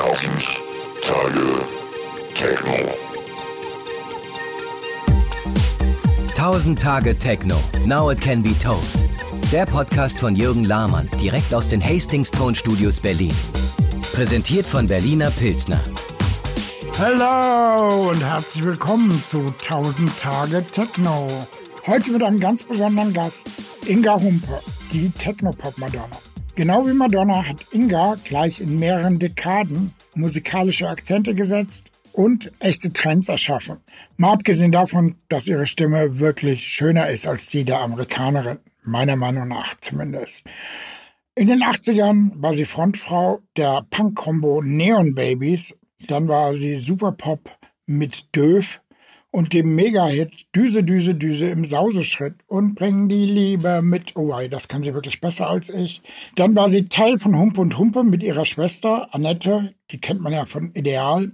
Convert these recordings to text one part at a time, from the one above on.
1000 Tage Techno. 1000 Tage Techno. Now it can be told. Der Podcast von Jürgen Lahmann, direkt aus den Hastings Tonstudios Berlin. Präsentiert von Berliner Pilsner. Hallo und herzlich willkommen zu 1000 Tage Techno. Heute mit einem ganz besonderen Gast, Inga Humpe, die Techno-Pop-Madonna. Genau wie Madonna hat Inga gleich in mehreren Dekaden musikalische Akzente gesetzt und echte Trends erschaffen. Mal abgesehen davon, dass ihre Stimme wirklich schöner ist als die der Amerikanerin, meiner Meinung nach zumindest. In den 80ern war sie Frontfrau der Punk-Kombo Neon Babies, dann war sie Superpop mit Döf und dem Mega-Hit Düse, Düse, Düse im Sauseschritt und Bring die Liebe mit. Oh, das kann sie wirklich besser als ich. Dann war sie Teil von Humpe und Humpe mit ihrer Schwester Annette, die kennt man ja von Ideal.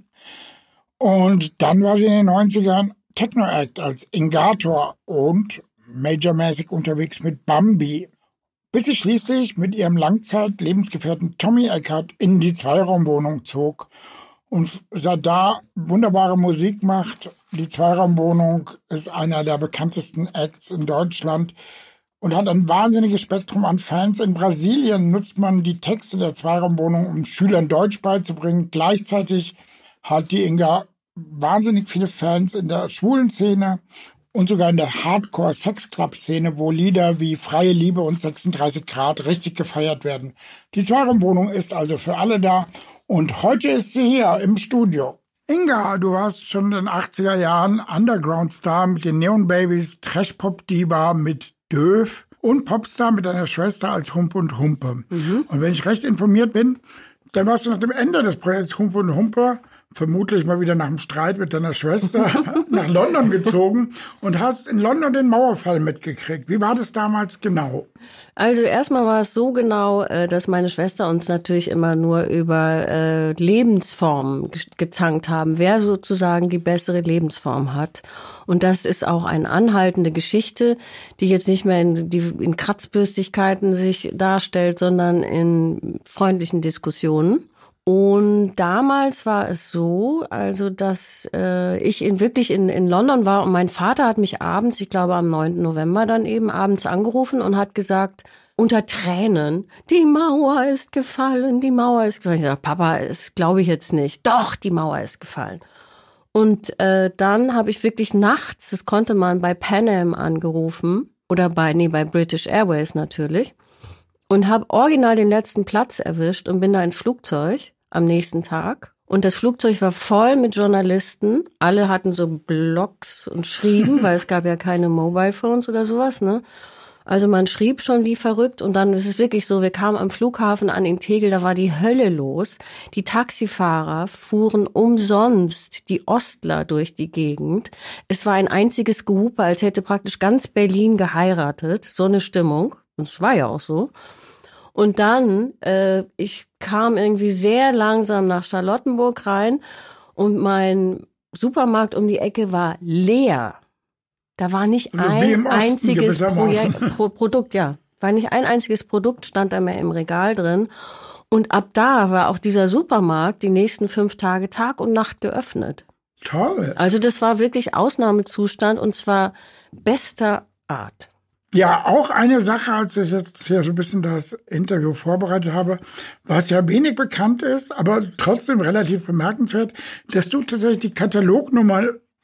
Und dann war sie in den 90ern Techno-Act als Ingator und majormäßig unterwegs mit Bambi. Bis sie schließlich mit ihrem Langzeit-Lebensgefährten Tommy Eckert in die Zweiraumwohnung zog und seit da wunderbare Musik macht. Die Zweiraumwohnung ist einer der bekanntesten Acts in Deutschland und hat ein wahnsinniges Spektrum an Fans. In Brasilien nutzt man die Texte der Zweiraumwohnung, um Schülern Deutsch beizubringen. Gleichzeitig hat die Inga wahnsinnig viele Fans in der schwulen Szene und sogar in der Hardcore-Sex-Club-Szene, wo Lieder wie Freie Liebe und 36 Grad richtig gefeiert werden. Die Zweiraumwohnung ist also für alle da. Und heute ist sie hier im Studio. Inga, du warst schon in den 80er Jahren Underground-Star mit den Neon Babies, Trash-Pop-Diva mit Döf und Popstar mit deiner Schwester als Humpe und Humpe. Und wenn ich recht informiert bin, dann warst du nach dem Ende des Projekts Humpe und Humpe vermutlich mal wieder nach dem Streit mit deiner Schwester nach London gezogen und hast in London den Mauerfall mitgekriegt. Wie war das damals genau? Also erstmal war es so genau, dass meine Schwester uns natürlich immer nur über Lebensformen gezankt haben, wer sozusagen die bessere Lebensform hat. Und das ist auch eine anhaltende Geschichte, die jetzt nicht mehr in Kratzbürstigkeiten sich darstellt, sondern in freundlichen Diskussionen. Und damals war es so, also dass ich wirklich in London war und mein Vater hat mich abends, ich glaube am 9. November dann eben abends angerufen und hat gesagt, unter Tränen, die Mauer ist gefallen, die Mauer ist gefallen. Ich sage, Papa, das glaube ich jetzt nicht. Doch, die Mauer ist gefallen. Und dann habe ich wirklich nachts, das konnte man bei Pan Am angerufen oder bei British Airways natürlich und habe original den letzten Platz erwischt und bin da ins Flugzeug am nächsten Tag. Und das Flugzeug war voll mit Journalisten. Alle hatten so Blogs und schrieben, weil es gab ja keine Mobile Phones oder sowas, ne? Also man schrieb schon wie verrückt und dann ist es wirklich so, wir kamen am Flughafen an in Tegel, da war die Hölle los. Die Taxifahrer fuhren umsonst die Ostler durch die Gegend. Es war ein einziges Gehupe, als hätte praktisch ganz Berlin geheiratet. So eine Stimmung. Und es war ja auch so. Und dann, ich kam irgendwie sehr langsam nach Charlottenburg rein und mein Supermarkt um die Ecke war leer. Da war nicht also ein einziges Produkt, ja. War nicht ein einziges Produkt, stand da mehr im Regal drin. Und ab da war auch dieser Supermarkt die nächsten 5 Tage Tag und Nacht geöffnet. Toll. Also das war wirklich Ausnahmezustand und zwar bester Art. Ja, auch eine Sache, als ich jetzt hier so ein bisschen das Interview vorbereitet habe, was ja wenig bekannt ist, aber trotzdem relativ bemerkenswert, dass du tatsächlich die Katalognummer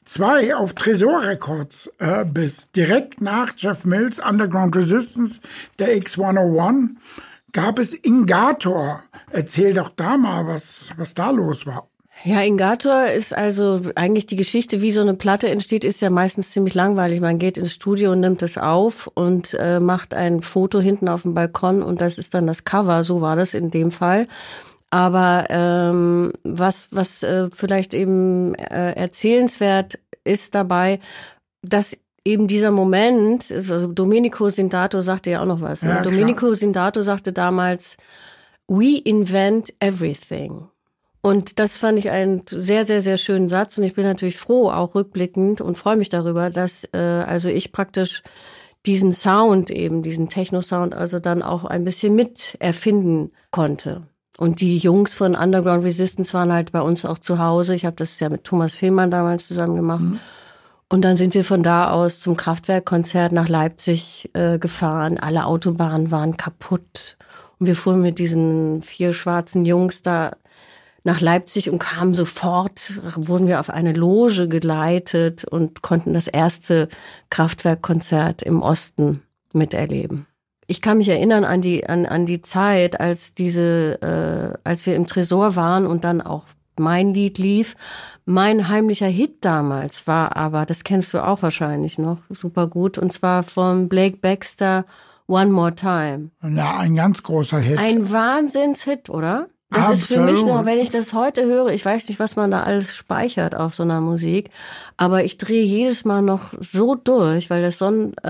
2 auf Tresor Records bist. Direkt nach Jeff Mills Underground Resistance, der X101, gab es Ingator. Erzähl doch da mal, was da los war. Ja, Ingator ist also eigentlich die Geschichte, wie so eine Platte entsteht, ist ja meistens ziemlich langweilig. Man geht ins Studio und nimmt es auf und macht ein Foto hinten auf dem Balkon und das ist dann das Cover. So war das in dem Fall. Aber was vielleicht eben erzählenswert ist dabei, dass eben dieser Moment, also Domenico Sindato sagte ja auch noch was. Ne? Ja, Domenico Sindato sagte damals, we invent everything. Und das fand ich einen sehr, sehr, sehr schönen Satz. Und ich bin natürlich froh, auch rückblickend, und freue mich darüber, dass also ich praktisch diesen Sound eben, diesen Techno-Sound, also dann auch ein bisschen mit erfinden konnte. Und die Jungs von Underground Resistance waren halt bei uns auch zu Hause. Ich habe das ja mit Thomas Fehlmann damals zusammen gemacht. Und dann sind wir von da aus zum Kraftwerk-Konzert nach Leipzig gefahren. Alle Autobahnen waren kaputt. Und wir fuhren mit diesen 4 schwarzen Jungs da nach Leipzig und kamen sofort, wurden wir auf eine Loge geleitet und konnten das erste Kraftwerk-Konzert im Osten miterleben. Ich kann mich erinnern an die Zeit, als wir im Tresor waren und dann auch mein Lied lief. Mein heimlicher Hit damals war aber, das kennst du auch wahrscheinlich noch, super gut, und zwar von Blake Baxter, One More Time. Ja, ein ganz großer Hit. Ein Wahnsinnshit, oder? Das ist für mich noch, wenn ich das heute höre, ich weiß nicht, was man da alles speichert auf so einer Musik, aber ich drehe jedes Mal noch so durch, weil das so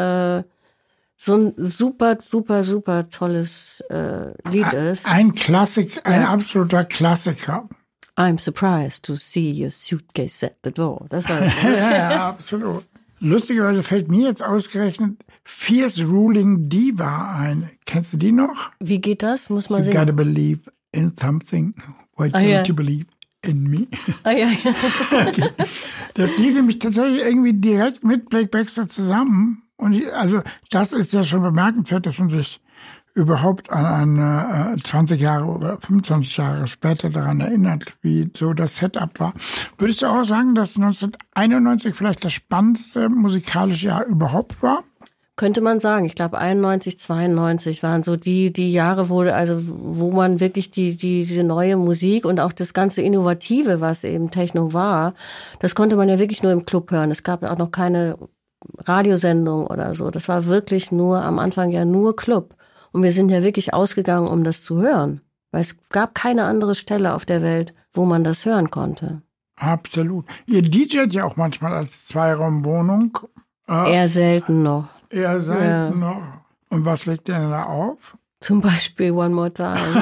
ein super, super, super tolles Lied ist. Ein Klassik, ein absoluter Klassiker. I'm surprised to see your suitcase at the door. Das war das. Ja, absolut. Lustigerweise fällt mir jetzt ausgerechnet Fierce Ruling Diva ein. Kennst du die noch? Wie geht das? Muss man You sehen. gotta believe in something. Why don't you believe in me? Ja. Okay. Das lief nämlich tatsächlich irgendwie direkt mit Blake Baxter zusammen. Und also das ist ja schon bemerkenswert, dass man sich überhaupt an 20 Jahre oder 25 Jahre später daran erinnert, wie so das Setup war. Würdest du auch sagen, dass 1991 vielleicht das spannendste musikalische Jahr überhaupt war? Könnte man sagen. Ich glaube 91, 92 waren so die Jahre, wo man wirklich diese neue Musik und auch das ganze Innovative, was eben Techno war, das konnte man ja wirklich nur im Club hören. Es gab auch noch keine Radiosendung oder so. Das war wirklich nur am Anfang ja nur Club. Und wir sind ja wirklich ausgegangen, um das zu hören. Weil es gab keine andere Stelle auf der Welt, wo man das hören konnte. Absolut. Ihr DJt ja auch manchmal als Zweiraumwohnung. Eher selten noch. Eher selten noch. Und was legt ihr denn da auf? Zum Beispiel One More Time.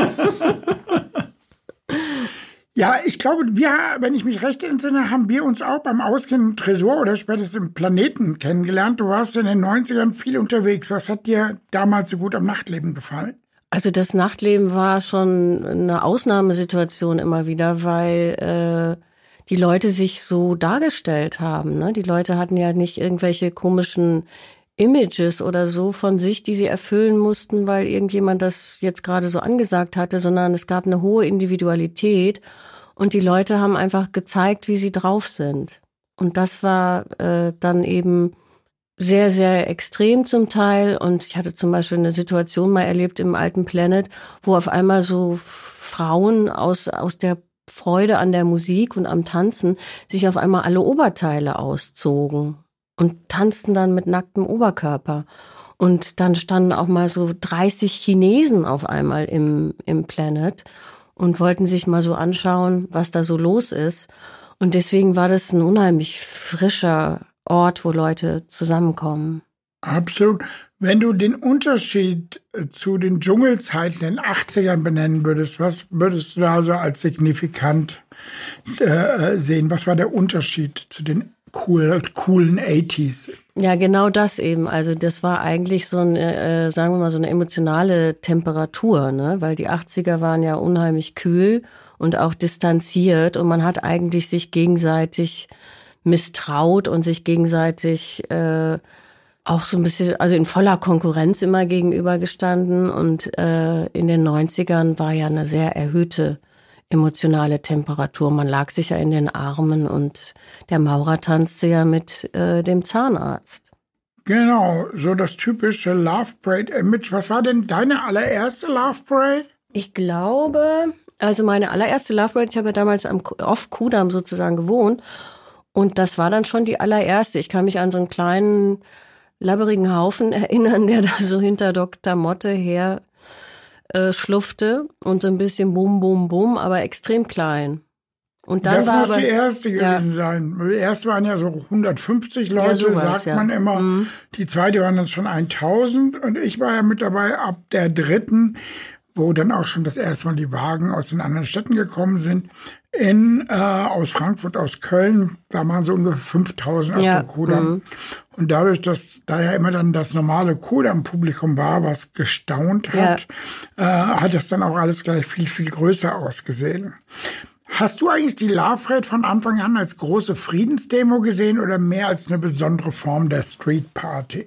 Ja, ich glaube, wenn ich mich recht entsinne, haben wir uns auch beim Ausgehen im Tresor oder spätestens im Planeten kennengelernt. Du warst in den 90ern viel unterwegs. Was hat dir damals so gut am Nachtleben gefallen? Also das Nachtleben war schon eine Ausnahmesituation immer wieder, weil die Leute sich so dargestellt haben. Ne? Die Leute hatten ja nicht irgendwelche komischen Images oder so von sich, die sie erfüllen mussten, weil irgendjemand das jetzt gerade so angesagt hatte, sondern es gab eine hohe Individualität und die Leute haben einfach gezeigt, wie sie drauf sind. Und das war dann eben sehr, sehr extrem zum Teil. Und ich hatte zum Beispiel eine Situation mal erlebt im Alten Planet, wo auf einmal so Frauen aus der Freude an der Musik und am Tanzen sich auf einmal alle Oberteile auszogen. Und tanzten dann mit nacktem Oberkörper. Und dann standen auch mal so 30 Chinesen auf einmal im Planet und wollten sich mal so anschauen, was da so los ist. Und deswegen war das ein unheimlich frischer Ort, wo Leute zusammenkommen. Absolut. Wenn du den Unterschied zu den Dschungelzeiten in den 80ern benennen würdest, was würdest du da so als signifikant sehen? Was war der Unterschied zu den coolen 80s? Ja, genau das eben. Also das war eigentlich so eine, sagen wir mal, so eine emotionale Temperatur, ne? Weil die 80er waren ja unheimlich kühl und auch distanziert und man hat eigentlich sich gegenseitig misstraut und sich gegenseitig auch so ein bisschen, also in voller Konkurrenz immer gegenübergestanden und in den 90ern war ja eine sehr erhöhte emotionale Temperatur. Man lag sich ja in den Armen und der Maurer tanzte ja mit dem Zahnarzt. Genau, so das typische Love Parade-Image. Was war denn deine allererste Love Parade? Ich glaube, also meine allererste Love Parade, ich habe ja damals auf Kudamm sozusagen gewohnt und das war dann schon die allererste. Ich kann mich an so einen kleinen, labberigen Haufen erinnern, der da so hinter Dr. Motte her schlufte und so ein bisschen bum, bum, bum, aber extrem klein. Und dann das war muss aber, die erste gewesen sein. Die erste waren ja so 150 Leute, Ja, sowas, sagt ja. man immer. Mhm. Die zweite waren dann schon 1000 und ich war ja mit dabei ab der dritten, wo dann auch schon das erste Mal die Wagen aus den anderen Städten gekommen sind. Aus Frankfurt, aus Köln, da waren so ungefähr 5000 auf dem Kudamm. Und dadurch, dass da ja immer dann das normale Kudamm-Publikum war, was gestaunt hat, hat das dann auch alles gleich viel, viel größer ausgesehen. Hast du eigentlich die Love Parade von Anfang an als große Friedensdemo gesehen oder mehr als eine besondere Form der Street Party?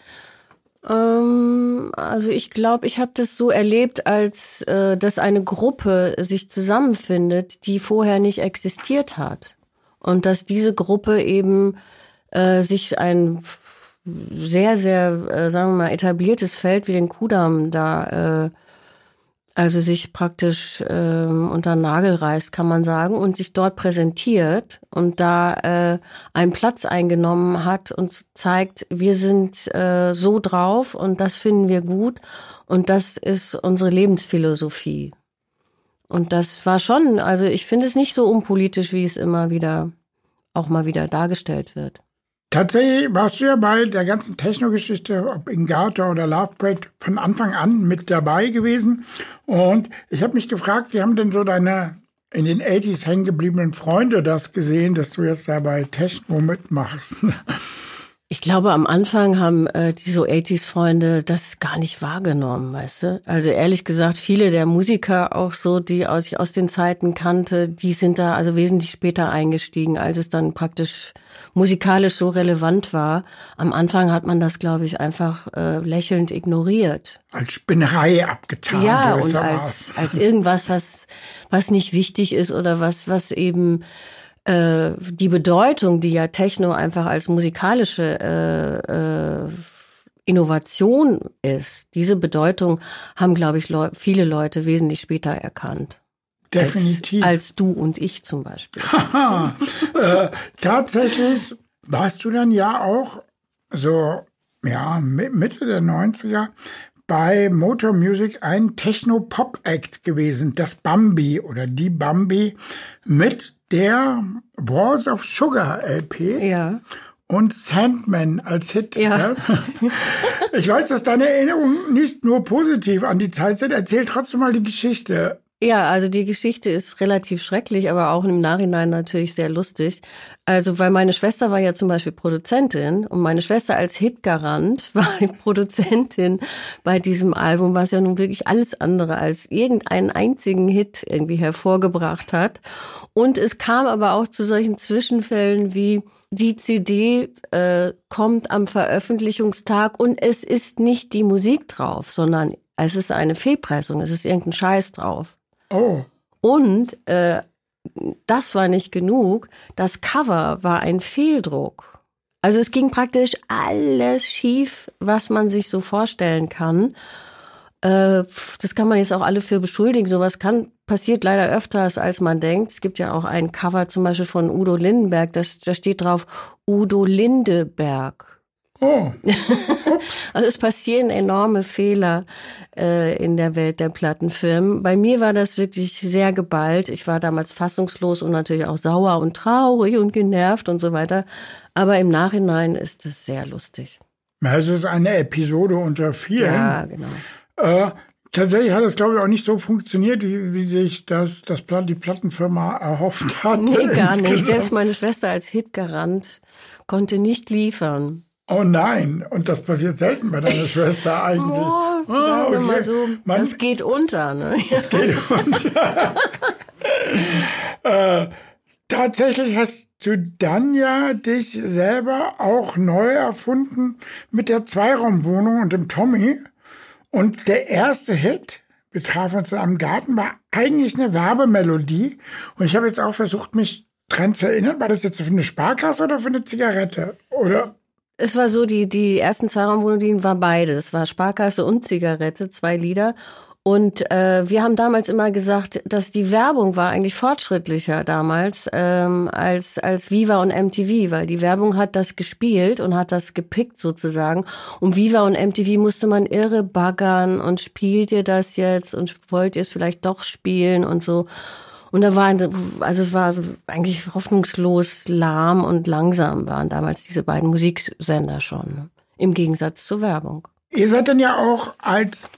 Also ich glaube, ich habe das so erlebt, als dass eine Gruppe sich zusammenfindet, die vorher nicht existiert hat. Und dass diese Gruppe eben sich ein sehr, sehr, sagen wir mal, etabliertes Feld wie den Kudamm da also sich praktisch unter den Nagel reißt, kann man sagen, und sich dort präsentiert und da einen Platz eingenommen hat und zeigt, wir sind so drauf und das finden wir gut und das ist unsere Lebensphilosophie. Und das war schon, also ich finde es nicht so unpolitisch, wie es immer wieder, auch mal wieder dargestellt wird. Tatsächlich warst du ja bei der ganzen Techno-Geschichte, ob Ingata oder Love Parade, von Anfang an mit dabei gewesen. Und ich habe mich gefragt, wie haben denn so deine in den 80s hängen gebliebenen Freunde das gesehen, dass du jetzt da bei Techno mitmachst? Ich glaube, am Anfang haben die so 80s-Freunde das gar nicht wahrgenommen, weißt du? Also ehrlich gesagt, viele der Musiker auch so, die ich aus den Zeiten kannte, die sind da also wesentlich später eingestiegen, als es dann praktisch musikalisch so relevant war. Am Anfang hat man das, glaube ich, einfach lächelnd ignoriert. Als Spinnerei abgetan. Ja, und als irgendwas, was nicht wichtig ist oder was eben die Bedeutung, die ja Techno einfach als musikalische Innovation ist, diese Bedeutung haben, glaube ich, viele Leute wesentlich später erkannt. Definitiv. Als du und ich zum Beispiel. Tatsächlich warst du dann ja auch so, ja, Mitte der 90er bei Motor Music ein Techno-Pop-Act gewesen, das Bambi oder die Bambi mit der Walls of Sugar LP. Ja. Und Sandman als Hit. Ja. Ich weiß, dass deine Erinnerungen nicht nur positiv an die Zeit sind. Erzähl trotzdem mal die Geschichte. Ja, also die Geschichte ist relativ schrecklich, aber auch im Nachhinein natürlich sehr lustig. Also, weil meine Schwester war ja zum Beispiel Produzentin und meine Schwester als Hitgarant war Produzentin bei diesem Album, was ja nun wirklich alles andere als irgendeinen einzigen Hit irgendwie hervorgebracht hat. Und es kam aber auch zu solchen Zwischenfällen wie die CD kommt am Veröffentlichungstag und es ist nicht die Musik drauf, sondern es ist eine Fehlpressung, es ist irgendein Scheiß drauf. Oh. Und das war nicht genug. Das Cover war ein Fehldruck. Also es ging praktisch alles schief, was man sich so vorstellen kann. Das kann man jetzt auch alle für beschuldigen. Sowas passiert leider öfters, als man denkt. Es gibt ja auch ein Cover zum Beispiel von Udo Lindenberg. Da steht drauf Udo Lindeberg. Oh. Also es passieren enorme Fehler in der Welt der Plattenfirmen. Bei mir war das wirklich sehr geballt. Ich war damals fassungslos und natürlich auch sauer und traurig und genervt und so weiter. Aber im Nachhinein ist es sehr lustig. Es ist eine Episode unter vielen. Ja, genau. Tatsächlich hat es, glaube ich, auch nicht so funktioniert, wie sich die Plattenfirma erhofft hat. Nee, gar nicht. Selbst meine Schwester als Hitgarant konnte nicht liefern. Oh nein, und das passiert selten bei deiner Schwester eigentlich. Sagen wir mal so, das geht unter. Ne? Das geht unter. Tatsächlich hast du dann ja dich selber auch neu erfunden mit der Zweiraumwohnung und dem Tommy. Und der erste Hit, wir trafen uns in einem Garten, war eigentlich eine Werbemelodie. Und ich habe jetzt auch versucht, mich dran zu erinnern. War das jetzt für eine Sparkasse oder für eine Zigarette? Oder? Es war so, die ersten Zweiraumwohnungen war beides. Es war Sparkasse und Zigarette, 2 Lieder. Und wir haben damals immer gesagt, dass die Werbung war eigentlich fortschrittlicher damals als Viva und MTV, weil die Werbung hat das gespielt und hat das gepickt sozusagen. Und Viva und MTV musste man irre baggern und spielt ihr das jetzt und wollt ihr es vielleicht doch spielen und so. Und es war eigentlich hoffnungslos lahm und langsam waren damals diese beiden Musiksender schon, im Gegensatz zur Werbung. Ihr seid dann ja auch als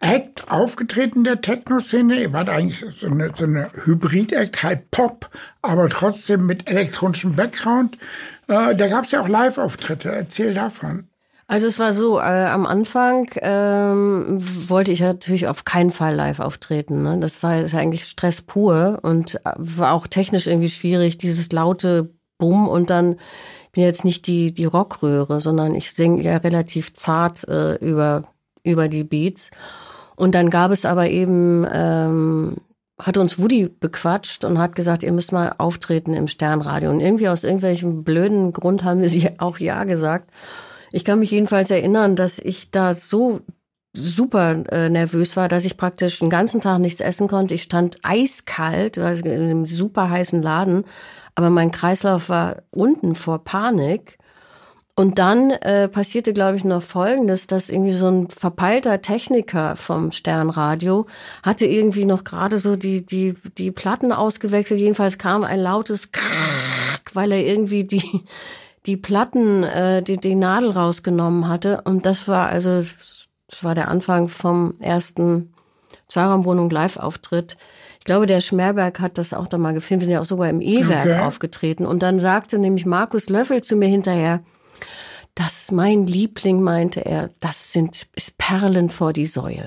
Act aufgetreten der Techno-Szene. Ihr wart eigentlich so eine Hybrid-Act, halb Pop, aber trotzdem mit elektronischem Background. Da gab es ja auch Live-Auftritte. Erzähl davon. Also es war so, am Anfang wollte ich natürlich auf keinen Fall live auftreten. Ne? Das war eigentlich Stress pur und war auch technisch irgendwie schwierig, dieses laute Bumm und dann, ich bin jetzt nicht die Rockröhre, sondern ich singe ja relativ zart über die Beats. Und dann gab es aber eben, hat uns Woody bequatscht und hat gesagt, ihr müsst mal auftreten im Sternradio. Und irgendwie aus irgendwelchem blöden Grund haben wir sie auch ja gesagt. Ich kann mich jedenfalls erinnern, dass ich da so super nervös war, dass ich praktisch den ganzen Tag nichts essen konnte. Ich stand eiskalt, also in einem super heißen Laden, aber mein Kreislauf war unten vor Panik. Und dann passierte, glaube ich, noch Folgendes, dass irgendwie so ein verpeilter Techniker vom Sternradio hatte irgendwie noch gerade so die Platten ausgewechselt. Jedenfalls kam ein lautes Krrrk, weil er irgendwie die Platten, die Nadel rausgenommen hatte. Und das war der Anfang vom ersten Zweiraumwohnung Live-Auftritt. Ich glaube, der Schmerberg hat das auch da mal gefilmt. Wir sind ja auch sogar im E-Werk aufgetreten. Und dann sagte nämlich Markus Löffel zu mir hinterher, das mein Liebling, meinte er, ist Perlen vor die Säue.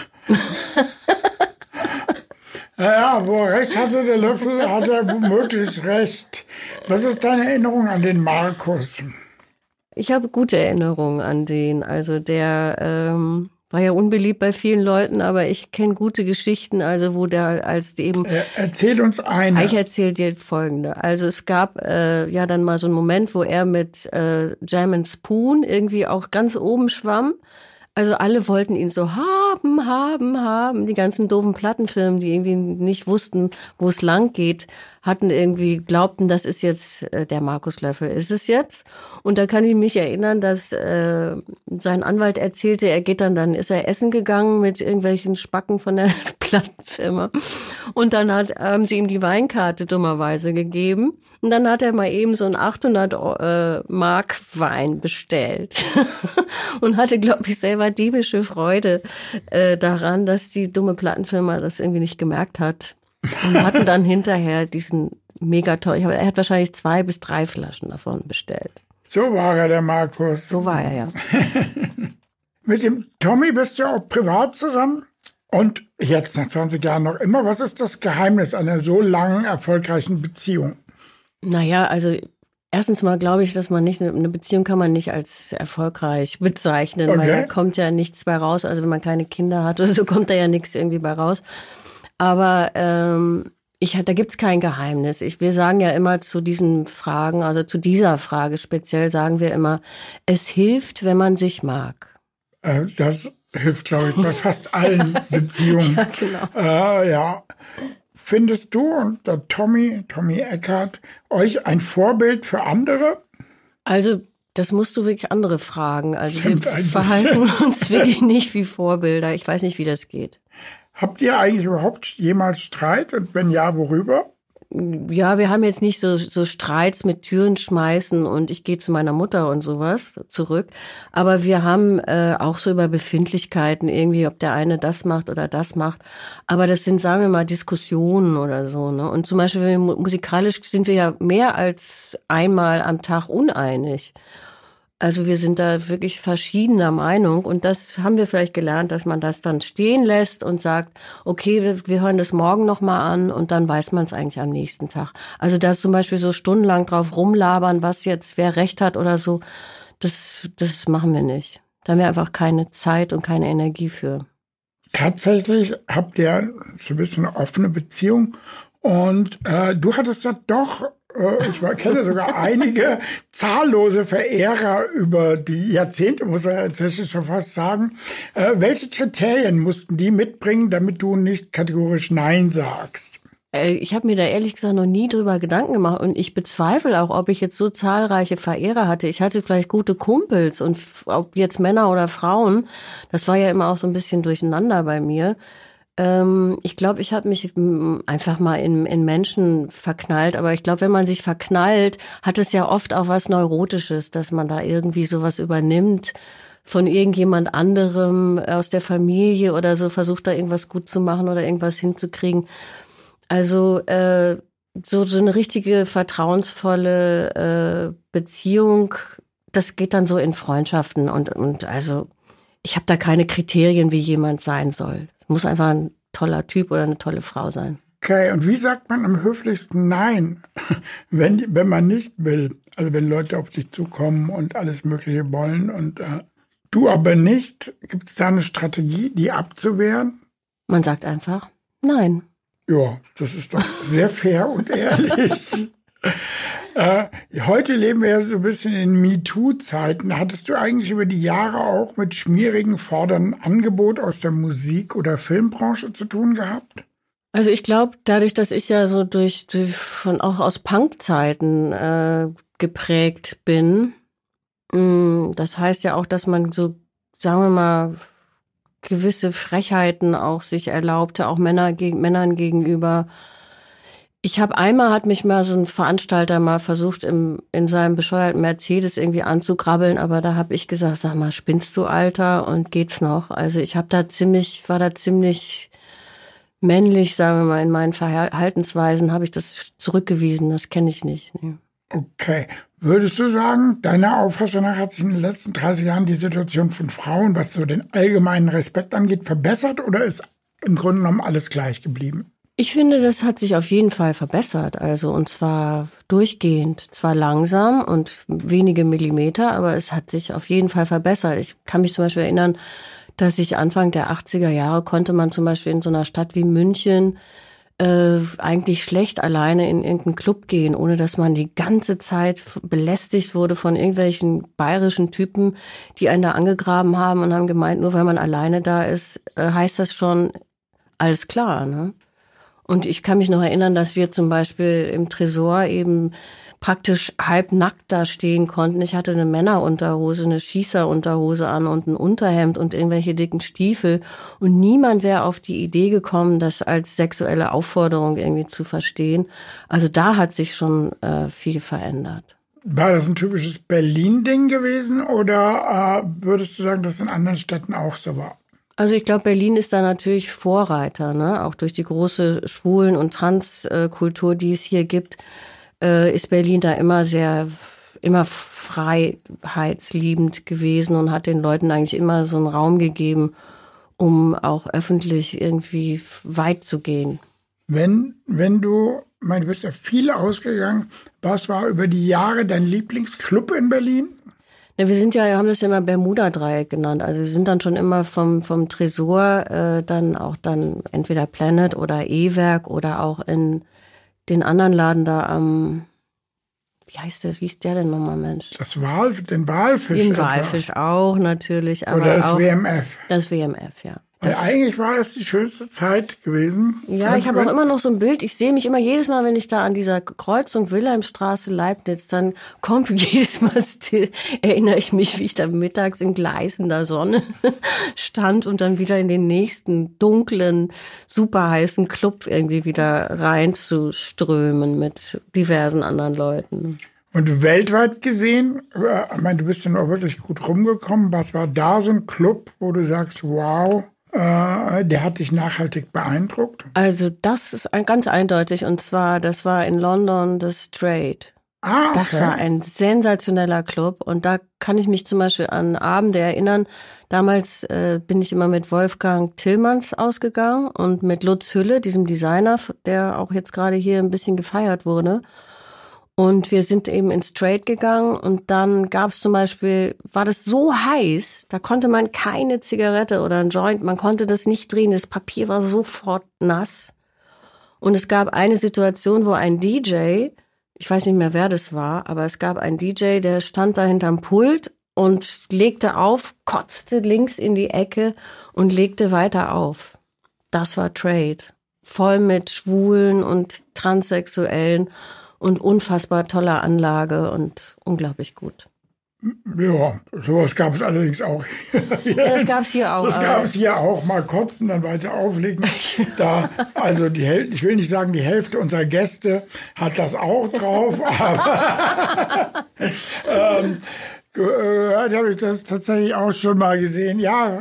Ja, wo er recht hatte, der Löffel, hat er womöglich recht. Was ist deine Erinnerung an den Markus? Ich habe gute Erinnerungen an den. Also der war ja unbeliebt bei vielen Leuten, aber ich kenne gute Geschichten, also wo der als eben... Erzähl uns eine. Ich erzähle dir folgende. Also es gab ja dann mal so einen Moment, wo er mit Jam & Spoon irgendwie auch ganz oben schwamm. Also alle wollten ihn so haben. Die ganzen doofen Plattenfirmen, die irgendwie nicht wussten, wo es lang geht, glaubten, das ist jetzt der Markus Löffel, ist es jetzt. Und da kann ich mich erinnern, dass sein Anwalt erzählte, ist er essen gegangen mit irgendwelchen Spacken von der Plattenfirma. Und dann haben sie ihm die Weinkarte dummerweise gegeben. Und dann hat er mal eben so einen 800 Mark Wein bestellt. Und hatte, glaube ich, selber diebische Freude daran, dass die dumme Plattenfirma das irgendwie nicht gemerkt hat. Und hatten dann hinterher diesen mega teuer, er hat wahrscheinlich 2 bis 3 Flaschen davon bestellt. So war er, der Markus. So war er, ja. Mit dem Tommy bist du auch privat zusammen? Und jetzt nach 20 Jahren noch immer. Was ist das Geheimnis einer so langen, erfolgreichen Beziehung? Naja, also erstens mal glaube ich, dass man nicht, eine Beziehung kann man nicht als erfolgreich bezeichnen, weil da kommt ja nichts bei raus. Also wenn man keine Kinder hat oder so, kommt da ja nichts irgendwie bei raus. Aber da gibt's kein Geheimnis. Wir sagen ja immer zu diesen Fragen, also zu dieser Frage speziell sagen wir immer, es hilft, wenn man sich mag. Das hilft, glaube ich, bei fast allen Beziehungen. Ja, genau. Ja. Findest du und der Tommy Eckhardt, euch ein Vorbild für andere? Also das musst du wirklich andere fragen. Also Stimmt, wir verhalten uns wirklich nicht wie Vorbilder. Ich weiß nicht, wie das geht. Habt ihr eigentlich überhaupt jemals Streit? Und wenn ja, worüber? Ja, wir haben jetzt nicht so Streits mit Türen schmeißen und ich gehe zu meiner Mutter und sowas zurück. Aber wir haben auch so über Befindlichkeiten irgendwie, ob der eine das macht oder das macht. Aber das sind, sagen wir mal, Diskussionen oder so. Ne? Und zum Beispiel musikalisch sind wir ja mehr als einmal am Tag uneinig. Also wir sind da wirklich verschiedener Meinung und das haben wir vielleicht gelernt, dass man das dann stehen lässt und sagt, okay, wir hören das morgen nochmal an und dann weiß man es eigentlich am nächsten Tag. Also da zum Beispiel so stundenlang drauf rumlabern, was jetzt wer recht hat oder so, das machen wir nicht. Da haben wir einfach keine Zeit und keine Energie für. Tatsächlich habt ihr so ein bisschen eine offene Beziehung und du hattest ja doch... Ich kenne sogar einige zahllose Verehrer über die Jahrzehnte, muss man tatsächlich schon fast sagen. Welche Kriterien mussten die mitbringen, damit du nicht kategorisch Nein sagst? Ich habe mir da ehrlich gesagt noch nie drüber Gedanken gemacht und ich bezweifle auch, ob ich jetzt so zahlreiche Verehrer hatte. Ich hatte vielleicht gute Kumpels und ob jetzt Männer oder Frauen, das war ja immer auch so ein bisschen durcheinander bei mir. Ich glaube, ich habe mich einfach mal in Menschen verknallt. Aber ich glaube, wenn man sich verknallt, hat es ja oft auch was Neurotisches, dass man da irgendwie sowas übernimmt von irgendjemand anderem aus der Familie oder so versucht, da irgendwas gut zu machen oder irgendwas hinzukriegen. Also so eine richtige vertrauensvolle Beziehung, das geht dann so in Freundschaften und also ich habe da keine Kriterien, wie jemand sein soll. Es muss einfach ein toller Typ oder eine tolle Frau sein. Okay, und wie sagt man am höflichsten Nein, wenn man nicht will? Also wenn Leute auf dich zukommen und alles Mögliche wollen und du aber nicht, gibt es da eine Strategie, die abzuwehren? Man sagt einfach Nein. Ja, das ist doch sehr fair und ehrlich. Heute leben wir ja so ein bisschen in MeToo-Zeiten. Hattest du eigentlich über die Jahre auch mit schmierigen, fordernden Angebot aus der Musik- oder Filmbranche zu tun gehabt? Also ich glaube, dadurch, dass ich ja so auch aus Punk-Zeiten geprägt bin, das heißt ja auch, dass man so, sagen wir mal, gewisse Frechheiten auch sich erlaubte, auch Männern gegenüber. Hat mich mal so ein Veranstalter mal versucht, in seinem bescheuerten Mercedes irgendwie anzukrabbeln, aber da habe ich gesagt, sag mal, spinnst du, Alter, und geht's noch? Also ich war da ziemlich männlich, sagen wir mal, in meinen Verhaltensweisen habe ich das zurückgewiesen, das kenne ich nicht. Nee. Okay. Würdest du sagen, deiner Auffassung nach hat sich in den letzten 30 Jahren die Situation von Frauen, was so den allgemeinen Respekt angeht, verbessert oder ist im Grunde genommen alles gleich geblieben? Ich finde, das hat sich auf jeden Fall verbessert, also und zwar durchgehend, zwar langsam und wenige Millimeter, aber es hat sich auf jeden Fall verbessert. Ich kann mich zum Beispiel erinnern, dass ich Anfang der 80er Jahre konnte man zum Beispiel in so einer Stadt wie München eigentlich schlecht alleine in irgendeinen Club gehen, ohne dass man die ganze Zeit belästigt wurde von irgendwelchen bayerischen Typen, die einen da angegraben haben und haben gemeint, nur weil man alleine da ist, heißt das schon alles klar, ne? Und ich kann mich noch erinnern, dass wir zum Beispiel im Tresor eben praktisch halbnackt da stehen konnten. Ich hatte eine Männerunterhose, eine Schießerunterhose an und ein Unterhemd und irgendwelche dicken Stiefel. Und niemand wäre auf die Idee gekommen, das als sexuelle Aufforderung irgendwie zu verstehen. Also da hat sich schon viel verändert. War das ein typisches Berlin-Ding gewesen oder würdest du sagen, dass es in anderen Städten auch so war? Also ich glaube, Berlin ist da natürlich Vorreiter, ne? Auch durch die große Schwulen- und Transkultur, die es hier gibt, ist Berlin da immer freiheitsliebend gewesen und hat den Leuten eigentlich immer so einen Raum gegeben, um auch öffentlich irgendwie weit zu gehen. Wenn du, du bist ja viel ausgegangen, was war über die Jahre dein Lieblingsclub in Berlin? Ja, haben das ja immer Bermuda-Dreieck genannt. Also wir sind dann schon immer vom Tresor dann entweder Planet oder E-Werk oder auch in den anderen Laden da am, wie ist der denn nochmal, Mensch? Den Walfisch. Den Walfisch auch natürlich. Aber oder das auch WMF. Das WMF, ja. Und eigentlich war das die schönste Zeit gewesen. Ja, ich habe auch immer noch so ein Bild. Ich sehe mich immer jedes Mal, wenn ich da an dieser Kreuzung Wilhelmstraße, Leibniz, dann kommt jedes Mal erinnere ich mich, wie ich da mittags in gleißender Sonne stand und dann wieder in den nächsten dunklen, super heißen Club irgendwie wieder reinzuströmen mit diversen anderen Leuten. Und weltweit gesehen, du bist ja noch wirklich gut rumgekommen. Was war da so ein Club, wo du sagst, wow, der hat dich nachhaltig beeindruckt? Also das ist ganz eindeutig und zwar, das war in London das Straight. Ah, okay. Das war ein sensationeller Club und da kann ich mich zum Beispiel an Abende erinnern. Damals bin ich immer mit Wolfgang Tillmanns ausgegangen und mit Lutz Hülle, diesem Designer, der auch jetzt gerade hier ein bisschen gefeiert wurde. Und wir sind eben ins Straight gegangen und dann gab es zum Beispiel, war das so heiß, da konnte man keine Zigarette oder ein Joint, man konnte das nicht drehen, das Papier war sofort nass. Und es gab eine Situation, wo ein DJ, ich weiß nicht mehr, wer das war, aber es gab einen DJ, der stand da hinterm Pult und legte auf, kotzte links in die Ecke und legte weiter auf. Das war Trade. Voll mit Schwulen und Transsexuellen. Und unfassbar toller Anlage und unglaublich gut. Ja, sowas gab es allerdings auch. Ja, das gab es hier auch. Das gab es hier auch. Mal kotzen, dann weiter auflegen. Also ich will nicht sagen, die Hälfte unserer Gäste hat das auch drauf. Aber Gehört habe ich das tatsächlich auch schon mal gesehen. Ja,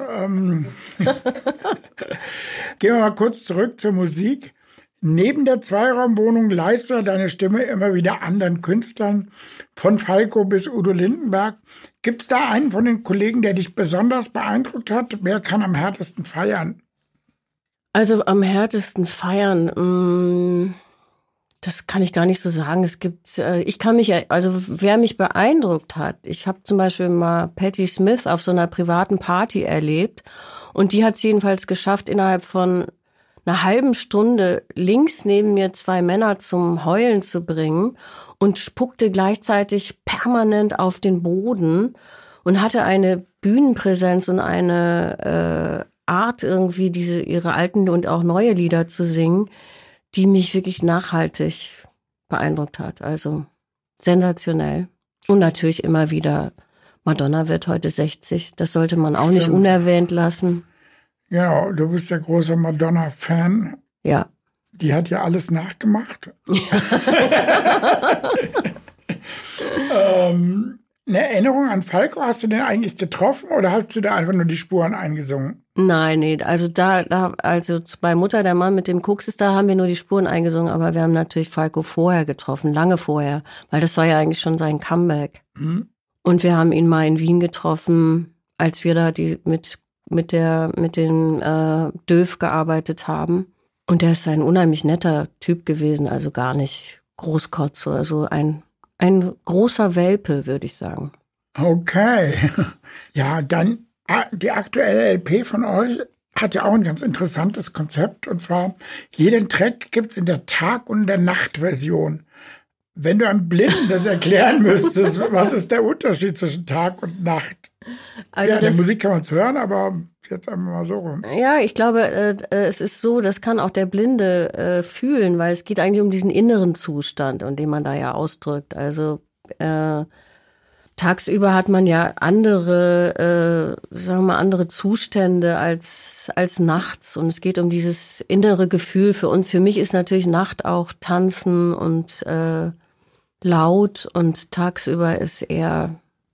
gehen wir mal kurz zurück zur Musik. Neben der Zweiraumwohnung leihst du deine Stimme immer wieder anderen Künstlern, von Falco bis Udo Lindenberg. Gibt es da einen von den Kollegen, der dich besonders beeindruckt hat? Wer kann am härtesten feiern? Also am härtesten feiern, das kann ich gar nicht so sagen. Es gibt, wer mich beeindruckt hat, ich habe zum Beispiel mal Patti Smith auf so einer privaten Party erlebt und die hat es jedenfalls geschafft, innerhalb von einer halben Stunde links neben mir 2 Männer zum Heulen zu bringen und spuckte gleichzeitig permanent auf den Boden und hatte eine Bühnenpräsenz und eine Art irgendwie ihre alten und auch neue Lieder zu singen, die mich wirklich nachhaltig beeindruckt hat. Also sensationell. Und natürlich immer wieder, Madonna wird heute 60. Das sollte man auch nicht unerwähnt lassen. Genau, du bist ja großer Madonna-Fan. Ja. Die hat ja alles nachgemacht. Eine Erinnerung an Falco, hast du den eigentlich getroffen oder hast du da einfach nur die Spuren eingesungen? Nein, nee, also also bei Mutter, der Mann mit dem Koks ist, da haben wir nur die Spuren eingesungen, aber wir haben natürlich Falco vorher getroffen, lange vorher, weil das war ja eigentlich schon sein Comeback. Mhm. Und wir haben ihn mal in Wien getroffen, als wir da mit den Döf gearbeitet haben. Und der ist ein unheimlich netter Typ gewesen, also gar nicht Großkotz oder so, ein großer Welpe, würde ich sagen. Okay. Ja, dann die aktuelle LP von euch hat ja auch ein ganz interessantes Konzept. Und zwar, jeden Track gibt's in der Tag- und der Nacht-Version. Wenn du einem Blinden das erklären müsstest, was ist der Unterschied zwischen Tag und Nacht? Also ja, der Musik kann man es hören, aber jetzt einfach mal so rum. Ja, ich glaube, es ist so, das kann auch der Blinde fühlen, weil es geht eigentlich um diesen inneren Zustand, den man da ja ausdrückt. Also tagsüber hat man ja andere Zustände als nachts. Und es geht um dieses innere Gefühl. Für mich ist natürlich Nacht auch Tanzen und laut und tagsüber ist eher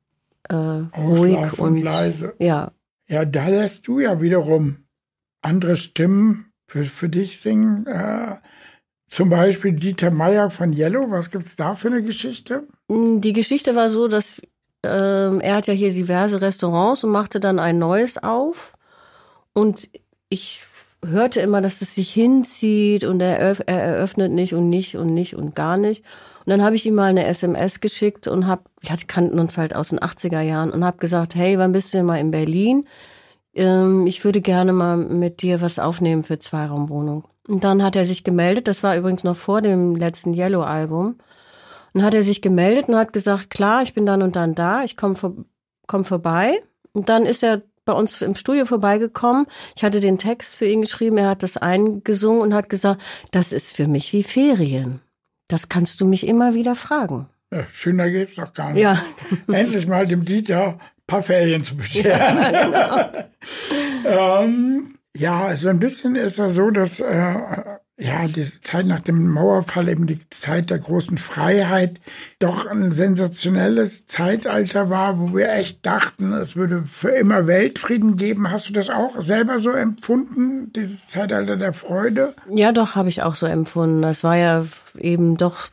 ruhig und leise. Ja. Ja, da lässt du ja wiederum andere Stimmen für dich singen. Zum Beispiel Dieter Meier von Yellow. Was gibt's da für eine Geschichte? Die Geschichte war so, dass er hat ja hier diverse Restaurants und machte dann ein neues auf. Und ich hörte immer, dass es sich hinzieht und er eröffnet nicht und nicht und nicht und gar nicht. Und dann habe ich ihm mal eine SMS geschickt und wir kannten uns halt aus den 80er Jahren und habe gesagt, hey, wann bist du denn mal in Berlin? Ich würde gerne mal mit dir was aufnehmen für Zweiraumwohnung. Und dann hat er sich gemeldet, das war übrigens noch vor dem letzten Yellow-Album. Und hat er sich gemeldet und hat gesagt, klar, ich bin dann und dann da, ich komm vorbei. Und dann ist er bei uns im Studio vorbeigekommen. Ich hatte den Text für ihn geschrieben, er hat das eingesungen und hat gesagt, das ist für mich wie Ferien. Das kannst du mich immer wieder fragen. Ja, schöner geht's doch gar nicht. Ja. Endlich mal dem Dieter ein paar Ferien zu bescheren. Ja, genau. Ja, so ein bisschen ist ja so, dass diese Zeit nach dem Mauerfall, eben die Zeit der großen Freiheit, doch ein sensationelles Zeitalter war, wo wir echt dachten, es würde für immer Weltfrieden geben. Hast du das auch selber so empfunden, dieses Zeitalter der Freude? Ja, doch, habe ich auch so empfunden. Das war ja eben doch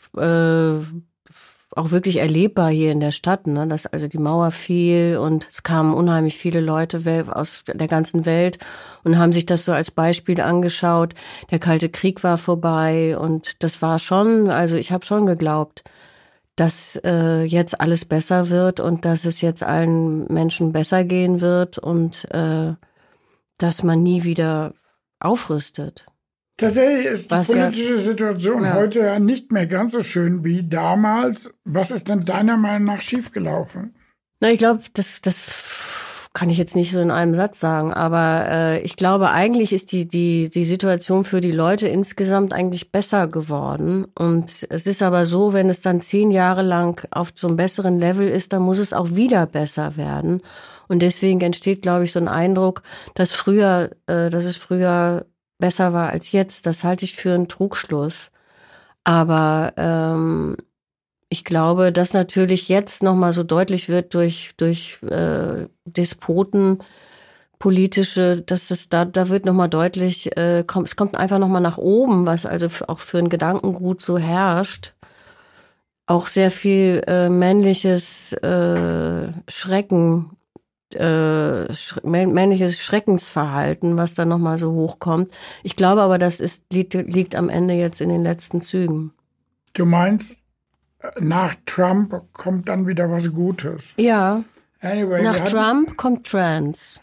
auch wirklich erlebbar hier in der Stadt, ne? Dass also die Mauer fiel und es kamen unheimlich viele Leute aus der ganzen Welt und haben sich das so als Beispiel angeschaut. Der Kalte Krieg war vorbei und das war schon, also ich habe schon geglaubt, dass jetzt alles besser wird und dass es jetzt allen Menschen besser gehen wird und dass man nie wieder aufrüstet. Tatsächlich ist die politische Situation heute ja nicht mehr ganz so schön wie damals. Was ist denn deiner Meinung nach schiefgelaufen? Na, ich glaube, das kann ich jetzt nicht so in einem Satz sagen, aber ich glaube, eigentlich ist die Situation für die Leute insgesamt eigentlich besser geworden. Und es ist aber so, wenn es dann 10 Jahre lang auf so einem besseren Level ist, dann muss es auch wieder besser werden. Und deswegen entsteht, glaube ich, so ein Eindruck, dass es früher besser war als jetzt. Das halte ich für einen Trugschluss. Aber ich glaube, dass natürlich jetzt nochmal so deutlich wird durch Despoten, politische, dass es da wird nochmal deutlich, es kommt einfach nochmal nach oben, was also auch für ein Gedankengut so herrscht. Auch sehr viel männliches männliches Schreckensverhalten, was da nochmal so hochkommt. Ich glaube aber, das liegt am Ende jetzt in den letzten Zügen. Du meinst, nach Trump kommt dann wieder was Gutes? Ja. Anyway, nach Trump kommt Trans.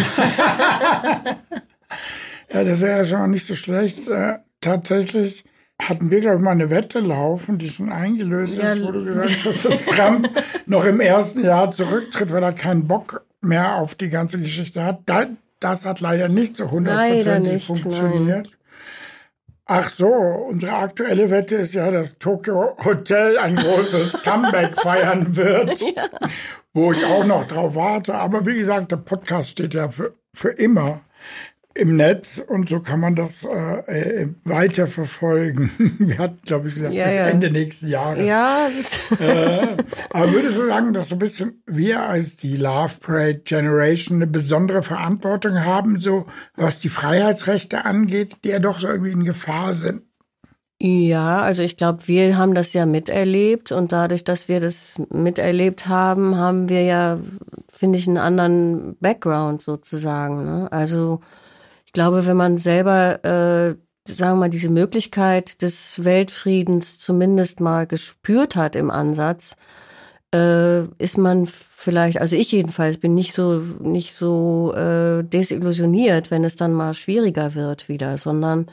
Ja, das wäre ja schon mal nicht so schlecht. Tatsächlich hatten wir, glaube ich, mal eine Wette laufen, die schon eingelöst ist, wo du gesagt hast, dass Trump noch im ersten Jahr zurücktritt, weil er keinen Bock mehr auf die ganze Geschichte hat. Das hat leider nicht so 100% funktioniert. Nein. Ach so, unsere aktuelle Wette ist ja, dass Tokyo Hotel ein großes Comeback feiern wird, ja. Wo ich auch noch drauf warte. Aber wie gesagt, der Podcast steht ja für immer im Netz und so kann man das weiter verfolgen. Wir hatten, glaube ich, gesagt, bis Ende nächsten Jahres. Ja. Aber würdest du sagen, dass so ein bisschen wir als die Love Parade Generation eine besondere Verantwortung haben, so was die Freiheitsrechte angeht, die ja doch so irgendwie in Gefahr sind? Ja, also ich glaube, wir haben das ja miterlebt und dadurch, dass wir das miterlebt haben, haben wir ja, finde ich, einen anderen Background sozusagen, ne? Also ich glaube, wenn man selber, sagen wir mal, diese Möglichkeit des Weltfriedens zumindest mal gespürt hat im Ansatz, ist man vielleicht, also ich jedenfalls bin nicht so desillusioniert, wenn es dann mal schwieriger wird wieder, sondern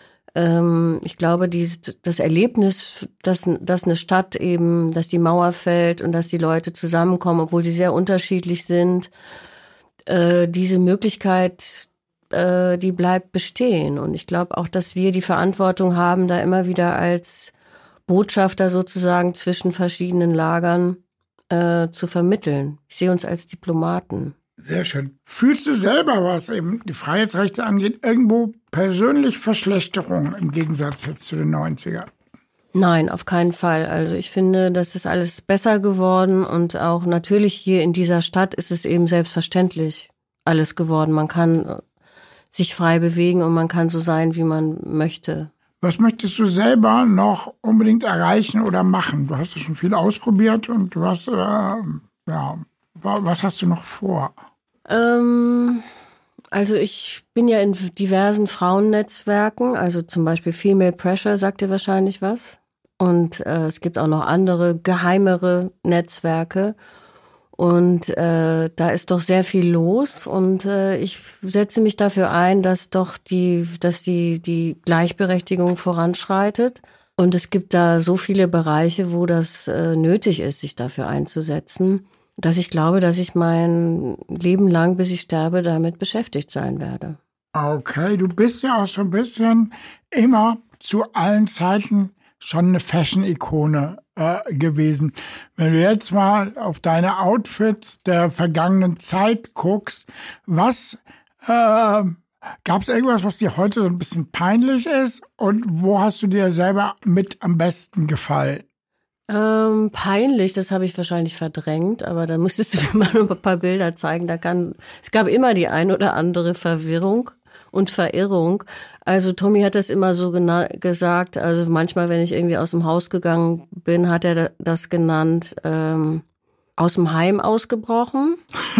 ich glaube, das Erlebnis, dass eine Stadt eben, dass die Mauer fällt und dass die Leute zusammenkommen, obwohl sie sehr unterschiedlich sind, diese Möglichkeit, die bleibt bestehen. Und ich glaube auch, dass wir die Verantwortung haben, da immer wieder als Botschafter sozusagen zwischen verschiedenen Lagern zu vermitteln. Ich sehe uns als Diplomaten. Sehr schön. Fühlst du selber, was eben die Freiheitsrechte angeht, irgendwo persönlich Verschlechterung im Gegensatz jetzt zu den 90er? Nein, auf keinen Fall. Also ich finde, das ist alles besser geworden und auch natürlich hier in dieser Stadt ist es eben selbstverständlich alles geworden. Man kann sich frei bewegen und man kann so sein, wie man möchte. Was möchtest du selber noch unbedingt erreichen oder machen? Du hast ja schon viel ausprobiert und du hast, was hast du noch vor? Also ich bin ja in diversen Frauennetzwerken, also zum Beispiel Female Pressure, sagt dir wahrscheinlich was. Und es gibt auch noch andere, geheimere Netzwerke. Und da ist doch sehr viel los und ich setze mich dafür ein, dass die Gleichberechtigung voranschreitet. Und es gibt da so viele Bereiche, wo das nötig ist, sich dafür einzusetzen, dass ich glaube, dass ich mein Leben lang, bis ich sterbe, damit beschäftigt sein werde. Okay, du bist ja auch so ein bisschen immer zu allen Zeiten schon eine Fashion-Ikone gewesen. Wenn du jetzt mal auf deine Outfits der vergangenen Zeit guckst, gab es irgendwas, was dir heute so ein bisschen peinlich ist? Und wo hast du dir selber mit am besten gefallen? Peinlich, das habe ich wahrscheinlich verdrängt, aber da müsstest du mir mal noch ein paar Bilder zeigen. Es gab immer die ein oder andere Verwirrung und Verirrung. Also Tommy hat das immer so gesagt, also manchmal, wenn ich irgendwie aus dem Haus gegangen bin, hat er das genannt, aus dem Heim ausgebrochen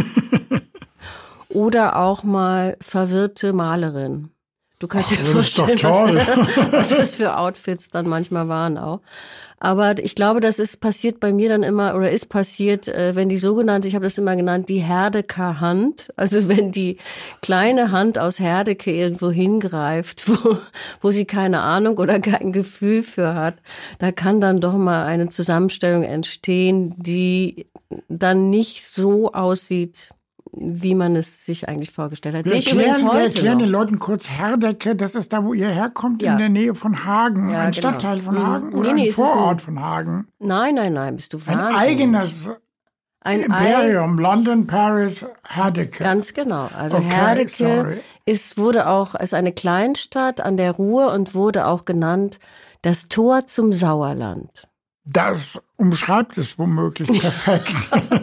oder auch mal verwirrte Malerin. Du kannst dir vorstellen, was das für Outfits dann manchmal waren auch. Aber ich glaube, das ist passiert bei mir dann immer, oder ist passiert, wenn die sogenannte, ich habe das immer genannt, die Herdeker-Hand, also wenn die kleine Hand aus Herdecke irgendwo hingreift, wo sie keine Ahnung oder kein Gefühl für hat, da kann dann doch mal eine Zusammenstellung entstehen, die dann nicht so aussieht, wie man es sich eigentlich vorgestellt hat. Wir erklären den Leuten kurz Herdecke, das ist da, wo ihr herkommt, in der Nähe von Hagen, ein Stadtteil von Hagen oder ein Vorort von Hagen? Nein, bist du wahnsinnig. Ein eigenes Imperium, London, Paris, Herdecke. Ganz genau. Also okay, Herdecke ist eine Kleinstadt an der Ruhr und wurde auch genannt das Tor zum Sauerland. Das umschreibt es womöglich perfekt.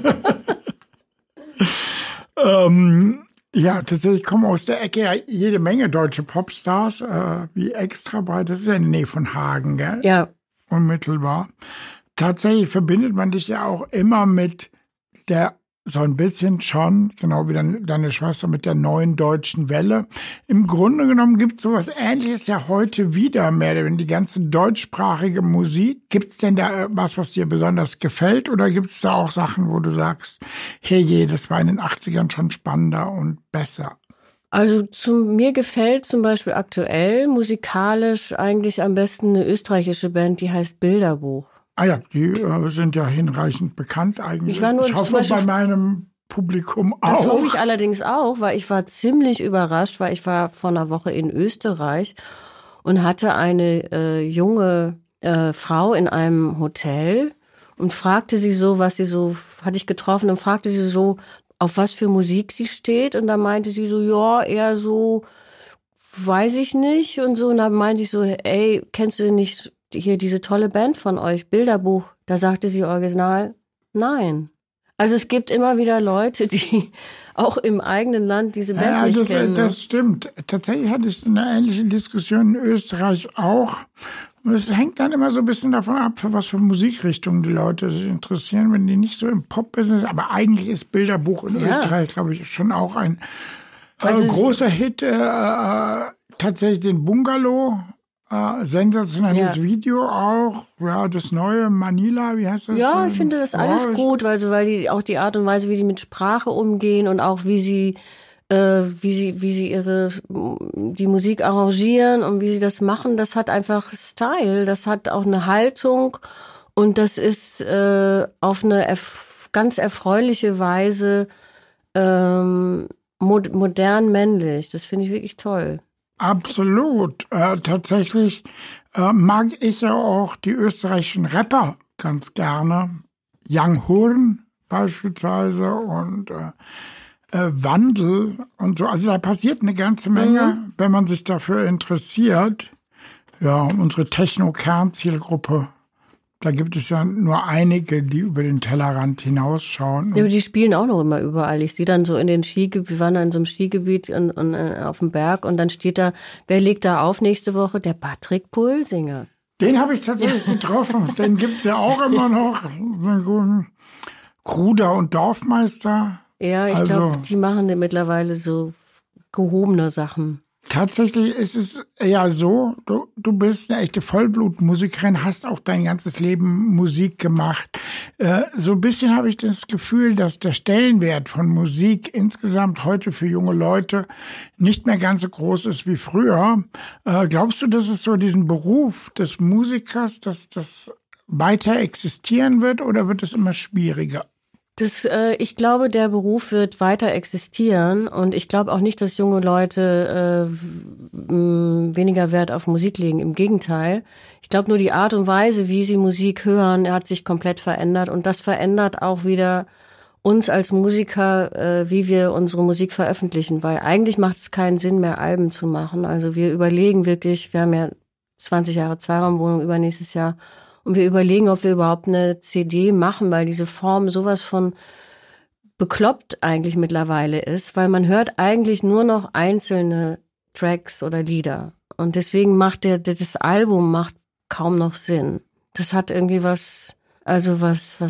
Ja, tatsächlich kommen aus der Ecke ja jede Menge deutsche Popstars, wie Extrabreit. Das ist ja in der Nähe von Hagen, gell? Ja. Unmittelbar. Tatsächlich verbindet man dich ja auch immer mit der, so ein bisschen schon, genau wie deine Schwester, mit der neuen deutschen Welle. Im Grunde genommen gibt es sowas Ähnliches ja heute wieder mehr, wenn die ganze deutschsprachige Musik. Gibt es denn da was dir besonders gefällt, oder gibt es da auch Sachen, wo du sagst, hey, das war in den 80ern schon spannender und besser? Also mir gefällt zum Beispiel aktuell musikalisch eigentlich am besten eine österreichische Band, die heißt Bilderbuch. Ah ja, die sind ja hinreichend bekannt eigentlich. Ich hoffe bei meinem Publikum auch. Das hoffe ich allerdings auch, weil ich war ziemlich überrascht, weil ich war vor einer Woche in Österreich und hatte eine junge Frau in einem Hotel und fragte sie so, hatte ich getroffen und fragte sie so, auf was für Musik sie steht. Und da meinte sie so, ja, eher so, weiß ich nicht und so. Und da meinte ich so, ey, kennst du nicht hier diese tolle Band von euch, Bilderbuch? Da sagte sie original, nein. Also es gibt immer wieder Leute, die auch im eigenen Land diese Band nicht kennen. Das stimmt. Tatsächlich hatte ich eine ähnliche Diskussion in Österreich auch. Und es hängt dann immer so ein bisschen davon ab, für was für Musikrichtungen die Leute sich interessieren, wenn die nicht so im Pop-Business, aber eigentlich ist Bilderbuch in Österreich, glaube ich, schon auch ein großer Hit. Tatsächlich den Bungalow. Sensationelles Video auch. Ja, das neue Manila, wie heißt das? Ja, ich finde das alles gut, weil die auch die Art und Weise, wie die mit Sprache umgehen und auch wie sie die Musik arrangieren und wie sie das machen, das hat einfach Style, das hat auch eine Haltung und das ist auf eine ganz erfreuliche Weise modern männlich. Das finde ich wirklich toll. Absolut. Tatsächlich mag ich ja auch die österreichischen Rapper ganz gerne. Young Horn beispielsweise und Wandel und so. Also da passiert eine ganze Menge, wenn man sich dafür interessiert. Ja, unsere Techno-Kernzielgruppe, da gibt es ja nur einige, die über den Tellerrand hinausschauen. Ja, aber die spielen auch noch immer überall. Ich sehe dann so in den Skigebiet, wir waren da in so einem Skigebiet und auf dem Berg und dann steht da, wer legt da auf nächste Woche? Der Patrick Pulsinger. Den habe ich tatsächlich getroffen. Den gibt's ja auch immer noch. Einen guten Kruder und Dorfmeister. Ja, ich glaube, die machen mittlerweile so gehobene Sachen. Tatsächlich ist es ja so, du bist eine echte Vollblutmusikerin, hast auch dein ganzes Leben Musik gemacht. So ein bisschen habe ich das Gefühl, dass der Stellenwert von Musik insgesamt heute für junge Leute nicht mehr ganz so groß ist wie früher. Glaubst du, dass es so diesen Beruf des Musikers, dass das weiter existieren wird, oder wird es immer schwieriger? Ich glaube, der Beruf wird weiter existieren und ich glaube auch nicht, dass junge Leute weniger Wert auf Musik legen. Im Gegenteil. Ich glaube nur, die Art und Weise, wie sie Musik hören, hat sich komplett verändert und das verändert auch wieder uns als Musiker, wie wir unsere Musik veröffentlichen, weil eigentlich macht es keinen Sinn mehr, Alben zu machen. Also wir überlegen wirklich, wir haben ja 20 Jahre Zweiraumwohnung übernächstes Jahr. Und wir überlegen, ob wir überhaupt eine CD machen, weil diese Form sowas von bekloppt eigentlich mittlerweile ist, weil man hört eigentlich nur noch einzelne Tracks oder Lieder. Und deswegen macht das Album macht kaum noch Sinn. Das hat irgendwie was, also was.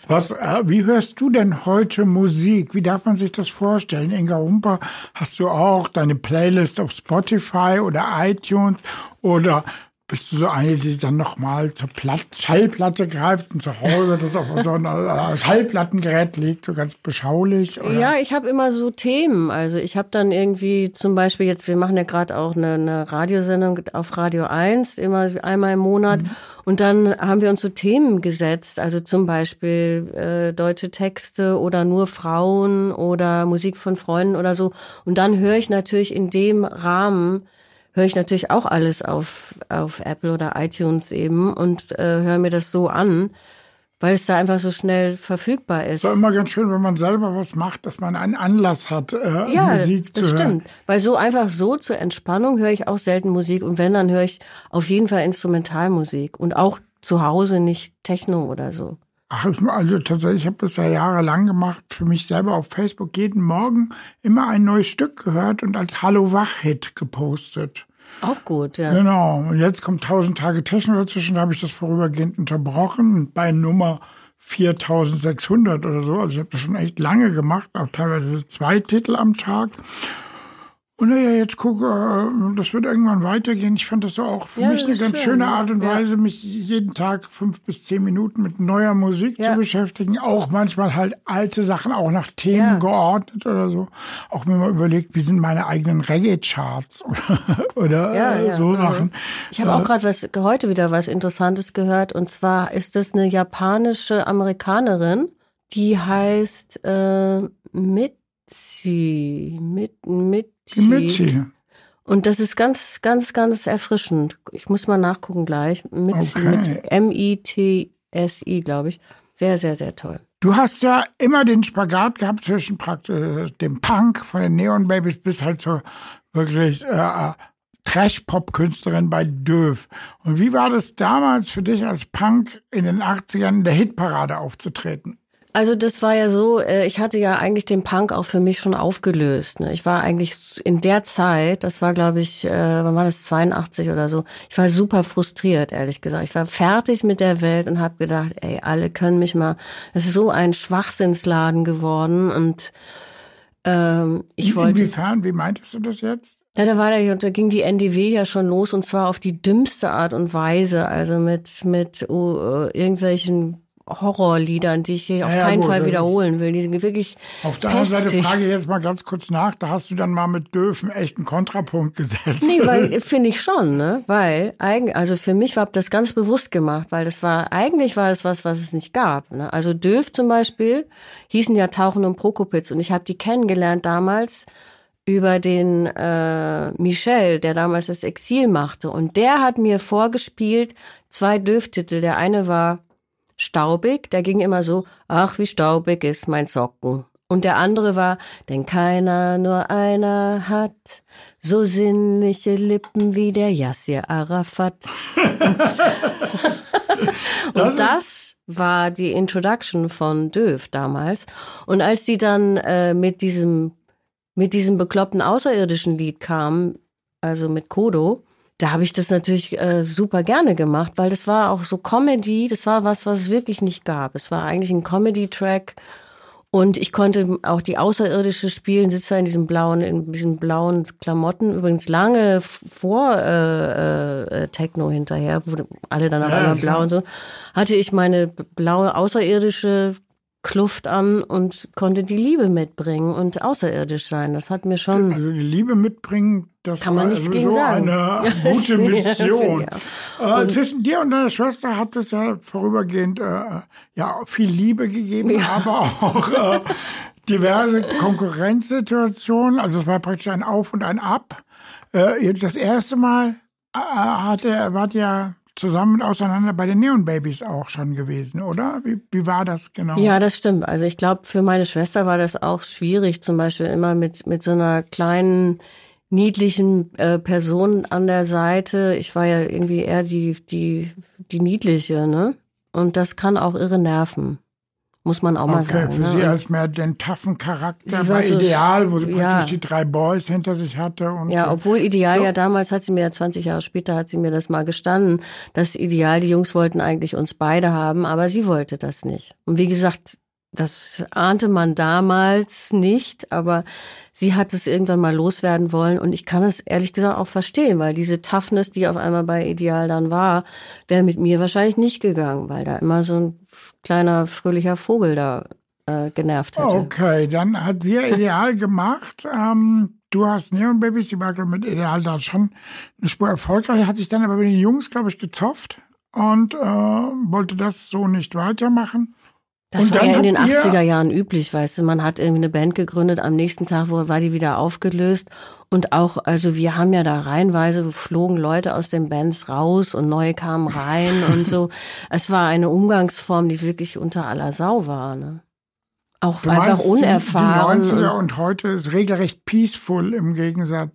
Wie hörst du denn heute Musik? Wie darf man sich das vorstellen? Inga Humper, hast du auch deine Playlist auf Spotify oder iTunes oder bist du so eine, die sich dann nochmal zur Schallplatte greift und zu Hause das auf so ein Schallplattengerät liegt, so ganz beschaulich? Oder? Ja, ich habe immer so Themen. Also ich habe dann irgendwie zum Beispiel jetzt, wir machen ja gerade auch eine Radiosendung auf Radio 1, immer einmal im Monat. Und dann haben wir uns so Themen gesetzt, also zum Beispiel deutsche Texte oder nur Frauen oder Musik von Freunden oder so. Und dann höre ich natürlich in dem Rahmen, auch alles auf Apple oder iTunes eben und höre mir das so an, weil es da einfach so schnell verfügbar ist. Es ist doch immer ganz schön, wenn man selber was macht, dass man einen Anlass hat, Musik zu hören. Ja, das stimmt. Weil so einfach so zur Entspannung höre ich auch selten Musik und wenn, dann höre ich auf jeden Fall Instrumentalmusik und auch zu Hause nicht Techno oder so. Ach, also tatsächlich, ich habe das ja jahrelang gemacht, für mich selber auf Facebook jeden Morgen immer ein neues Stück gehört und als Hallo-Wach-Hit gepostet. Auch gut, ja. Genau. Und jetzt kommt 1000 Tage Techno dazwischen, da habe ich das vorübergehend unterbrochen bei Nummer 4600 oder so. Also ich habe das schon echt lange gemacht, auch teilweise 2 Titel am Tag. Und naja, jetzt gucke, das wird irgendwann weitergehen. Ich fand das so auch für mich eine ganz schöne Art und Weise, mich jeden Tag 5 bis 10 Minuten mit neuer Musik zu beschäftigen. Auch manchmal halt alte Sachen, auch nach Themen geordnet oder so. Auch mir mal überlegt, wie sind meine eigenen Reggae-Charts oder so Sachen. Ich habe auch gerade heute wieder was Interessantes gehört. Und zwar ist das eine japanische Amerikanerin, die heißt Mitzi. Und das ist ganz, ganz, ganz erfrischend. Ich muss mal nachgucken gleich. Mit M-I-T-S-I, glaube ich. Sehr, sehr, sehr toll. Du hast ja immer den Spagat gehabt zwischen praktisch dem Punk von den Neon Babies bis halt zur wirklich Trash-Pop-Künstlerin bei Döv. Und wie war das damals für dich als Punk in den 80ern in der Hitparade aufzutreten? Also das war ja so, ich hatte ja eigentlich den Punk auch für mich schon aufgelöst. Ne? Ich war eigentlich in der Zeit, das war glaube ich, wann war das, 82 oder so, ich war super frustriert, ehrlich gesagt. Ich war fertig mit der Welt und habe gedacht, ey, alle können mich mal, das ist so ein Schwachsinnsladen geworden und ich wollte... Inwiefern, wie meintest du das jetzt? Ja, da ging die NDW ja schon los und zwar auf die dümmste Art und Weise, also mit irgendwelchen Horrorliedern, die ich hier auf keinen Fall wiederholen will. Die sind wirklich auf der anderen Seite frage ich jetzt mal ganz kurz nach, da hast du dann mal mit Döv einen echten Kontrapunkt gesetzt. Nee, weil, finde ich schon, ne? Weil, also für mich war das ganz bewusst gemacht, weil eigentlich war das was es nicht gab, ne? Also Döv zum Beispiel hießen ja Tauchen und Prokopitz und ich habe die kennengelernt damals über den Michel, der damals das Exil machte und der hat mir vorgespielt 2 Döv-Titel. Der eine war Staubig, der ging immer so, ach, wie staubig ist mein Socken. Und der andere war, denn keiner, nur einer hat so sinnliche Lippen wie der Yassir Arafat. Und das war die Introduction von Döv damals. Und als die dann mit diesem bekloppten außerirdischen Lied kamen, also mit Kodo, da habe ich das natürlich super gerne gemacht, weil das war auch so Comedy, das war was es wirklich nicht gab. Es war eigentlich ein Comedy-Track und ich konnte auch die Außerirdische spielen, sitze in diesen blauen Klamotten, übrigens lange vor Techno hinterher, wo alle dann auf einmal blau und so, hatte ich meine blaue Außerirdische Kluft an und konnte die Liebe mitbringen und außerirdisch sein. Das hat mir schon... Also die Liebe mitbringen, das kann man nichts gegen so sagen. Eine gute Mission. Ja. Zwischen dir und deiner Schwester hat es ja vorübergehend viel Liebe gegeben, aber auch diverse Konkurrenzsituationen. Also es war praktisch ein Auf und ein Ab. Das erste Mal wart ihr zusammen auseinander bei den Neon Babies auch schon gewesen, oder? Wie war das genau? Ja, das stimmt. Also ich glaube, für meine Schwester war das auch schwierig, zum Beispiel immer mit so einer kleinen, niedlichen Person an der Seite. Ich war ja irgendwie eher die Niedliche, ne? Und das kann auch irre nerven. Muss man auch mal sagen. Okay, für sie als mehr den taffen Charakter war so ideal, wo sie praktisch die 3 Boys hinter sich hatte. Und ja, obwohl Ideal ja damals, hat sie mir ja 20 Jahre später, hat sie mir das mal gestanden, dass Ideal, die Jungs wollten eigentlich uns beide haben, aber sie wollte das nicht. Und wie gesagt, das ahnte man damals nicht, aber sie hat es irgendwann mal loswerden wollen und ich kann es ehrlich gesagt auch verstehen, weil diese Toughness, die auf einmal bei Ideal dann war, wäre mit mir wahrscheinlich nicht gegangen, weil da immer so ein kleiner fröhlicher Vogel da genervt hätte. Okay, dann hat sie ja Ideal gemacht. Du hast Neon Babies, die war mit Ideal da schon eine Spur erfolgreich, hat sich dann aber mit den Jungs, glaube ich, gezofft und wollte das so nicht weitermachen. Das war ja in den 80er Jahren üblich, weißt du, man hat irgendwie eine Band gegründet, am nächsten Tag war die wieder aufgelöst und auch, also wir haben ja da reihenweise, flogen Leute aus den Bands raus und neue kamen rein und so. Es war eine Umgangsform, die wirklich unter aller Sau war, ne? Auch einfach unerfahren. Die 90er und heute ist regelrecht peaceful im Gegensatz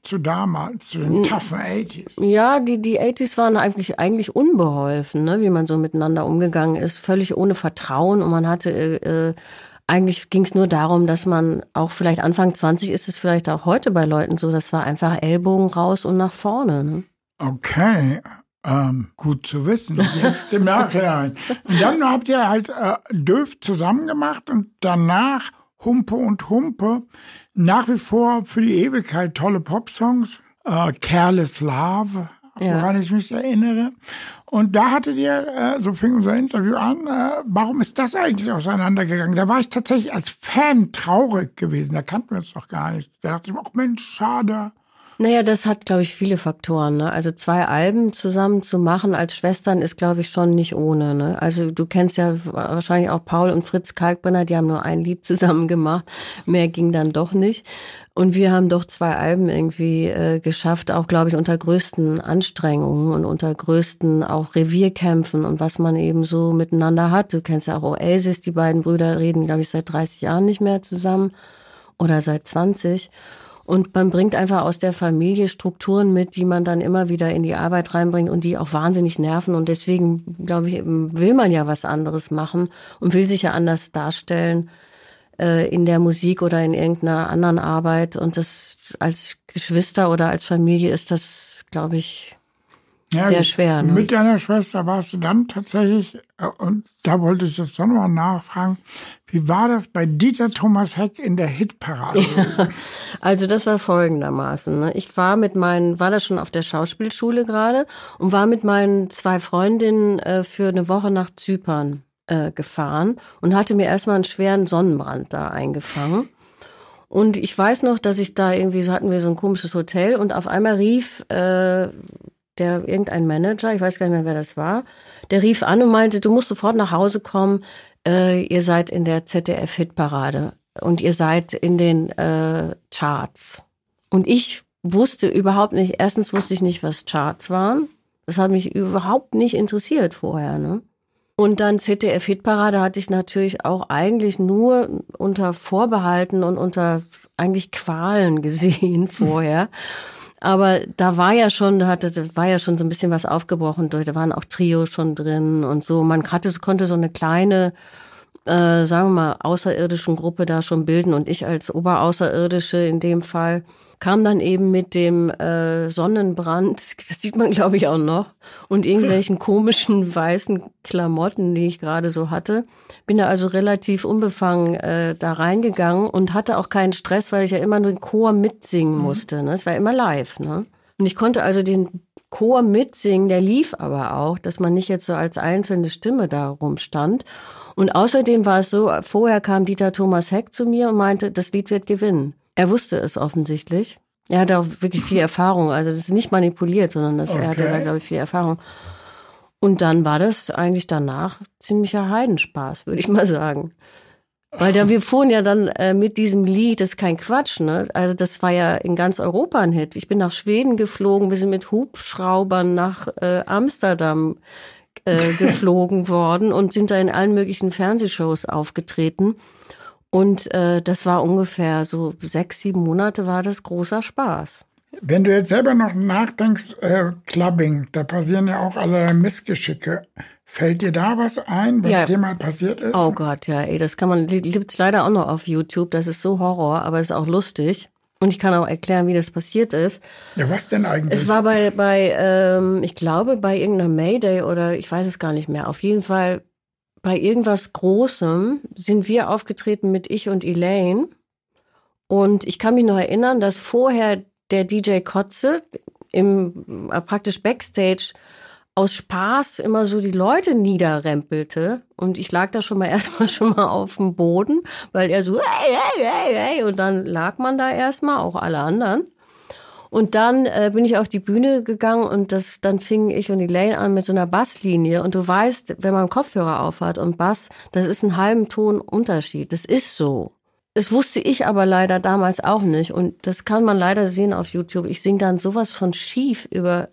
zu damals, zu den toughen 80s? Ja, die 80s waren eigentlich unbeholfen, ne, wie man so miteinander umgegangen ist, völlig ohne Vertrauen. Und man hatte, eigentlich ging es nur darum, dass man auch vielleicht Anfang 20 ist es vielleicht auch heute bei Leuten so, das war einfach Ellbogen raus und nach vorne. Ne? Okay, gut zu wissen, jetzt im Nachhinein. Und dann habt ihr halt Döf zusammen gemacht und danach Humpe und Humpe. Nach wie vor für die Ewigkeit tolle Popsongs. Careless Love, woran ich mich erinnere. Und da hattet ihr, so fing unser Interview an, warum ist das eigentlich auseinandergegangen? Da war ich tatsächlich als Fan traurig gewesen. Da kannten wir uns doch gar nicht. Da dachte ich mir, ach Mensch, schade. Naja, das hat, glaube ich, viele Faktoren. Ne? Also 2 Alben zusammen zu machen als Schwestern ist, glaube ich, schon nicht ohne. Ne? Also du kennst ja wahrscheinlich auch Paul und Fritz Kalkbrenner, die haben nur ein Lied zusammen gemacht. Mehr ging dann doch nicht. Und wir haben doch 2 Alben irgendwie geschafft, auch, glaube ich, unter größten Anstrengungen und unter größten auch Revierkämpfen und was man eben so miteinander hat. Du kennst ja auch Oasis, die beiden Brüder reden, glaube ich, seit 30 Jahren nicht mehr zusammen oder seit 20. Und man bringt einfach aus der Familie Strukturen mit, die man dann immer wieder in die Arbeit reinbringt und die auch wahnsinnig nerven. Und deswegen, glaube ich, will man ja was anderes machen und will sich ja anders darstellen in der Musik oder in irgendeiner anderen Arbeit. Und das als Geschwister oder als Familie ist das, glaube ich, sehr schwer. Ne? Mit deiner Schwester warst du dann tatsächlich, und da wollte ich jetzt doch nochmal nachfragen, wie war das bei Dieter Thomas Heck in der Hitparade? Ja, also das war folgendermaßen. Ne? Ich war da schon auf der Schauspielschule gerade und war mit meinen 2 Freundinnen für eine Woche nach Zypern gefahren und hatte mir erstmal einen schweren Sonnenbrand da eingefangen. Und ich weiß noch, dass ich da irgendwie, so hatten wir so ein komisches Hotel und auf einmal rief irgendein Manager, ich weiß gar nicht mehr, wer das war, der rief an und meinte, du musst sofort nach Hause kommen, ihr seid in der ZDF-Hitparade und ihr seid in den Charts. Und ich wusste überhaupt nicht, erstens wusste ich nicht, was Charts waren. Das hat mich überhaupt nicht interessiert vorher, ne? Und dann ZDF-Hitparade hatte ich natürlich auch eigentlich nur unter Vorbehalten und unter eigentlich Qualen gesehen vorher. Aber da war ja schon so ein bisschen was aufgebrochen durch. Da waren auch Trios schon drin und so. Man konnte so eine kleine, sagen wir mal, außerirdischen Gruppe da schon bilden. Und ich als Oberaußerirdische in dem Fall kam dann eben mit dem Sonnenbrand, das sieht man, glaube ich, auch noch, und irgendwelchen komischen weißen Klamotten, die ich gerade so hatte. Bin da also relativ unbefangen da reingegangen und hatte auch keinen Stress, weil ich ja immer nur den Chor mitsingen musste. Ne? Es war immer live. Ne? Und ich konnte also den Chor mitsingen, der lief aber auch, dass man nicht jetzt so als einzelne Stimme da rumstand. Und außerdem war es so, vorher kam Dieter Thomas Heck zu mir und meinte, das Lied wird gewinnen. Er wusste es offensichtlich. Er hatte auch wirklich viel Erfahrung. Also das ist nicht manipuliert, sondern er hatte da, glaube ich, viel Erfahrung. Und dann war das eigentlich danach ziemlicher Heidenspaß, würde ich mal sagen. Weil wir fuhren ja dann mit diesem Lied, das ist kein Quatsch, ne? Also das war ja in ganz Europa ein Hit. Ich bin nach Schweden geflogen, wir sind mit Hubschraubern nach Amsterdam geflogen worden und sind da in allen möglichen Fernsehshows aufgetreten. Und das war ungefähr so 6, 7 Monate war das großer Spaß. Wenn du jetzt selber noch nachdenkst, Clubbing, da passieren ja auch allerlei Missgeschicke. Fällt dir da was ein, was dir mal passiert ist? Oh Gott, ja, die gibt's leider auch noch auf YouTube. Das ist so Horror, aber ist auch lustig. Und ich kann auch erklären, wie das passiert ist. Ja, was denn eigentlich? Es war ich glaube, bei irgendeiner Mayday oder ich weiß es gar nicht mehr. Auf jeden Fall bei irgendwas Großem sind wir aufgetreten mit ich und Elaine. Und ich kann mich noch erinnern, dass vorher der DJ Kotze praktisch Backstage aus Spaß immer so die Leute niederrempelte. Und ich lag da erstmal schon mal auf dem Boden, weil er so, hey, hey, hey, hey. Und dann lag man da erstmal, auch alle anderen. Und dann bin ich auf die Bühne gegangen und dann fing ich und Elaine an mit so einer Basslinie. Und du weißt, wenn man Kopfhörer aufhat und Bass, das ist einen halben Ton Unterschied. Das ist so. Das wusste ich aber leider damals auch nicht. Und das kann man leider sehen auf YouTube. Ich singe dann sowas von schief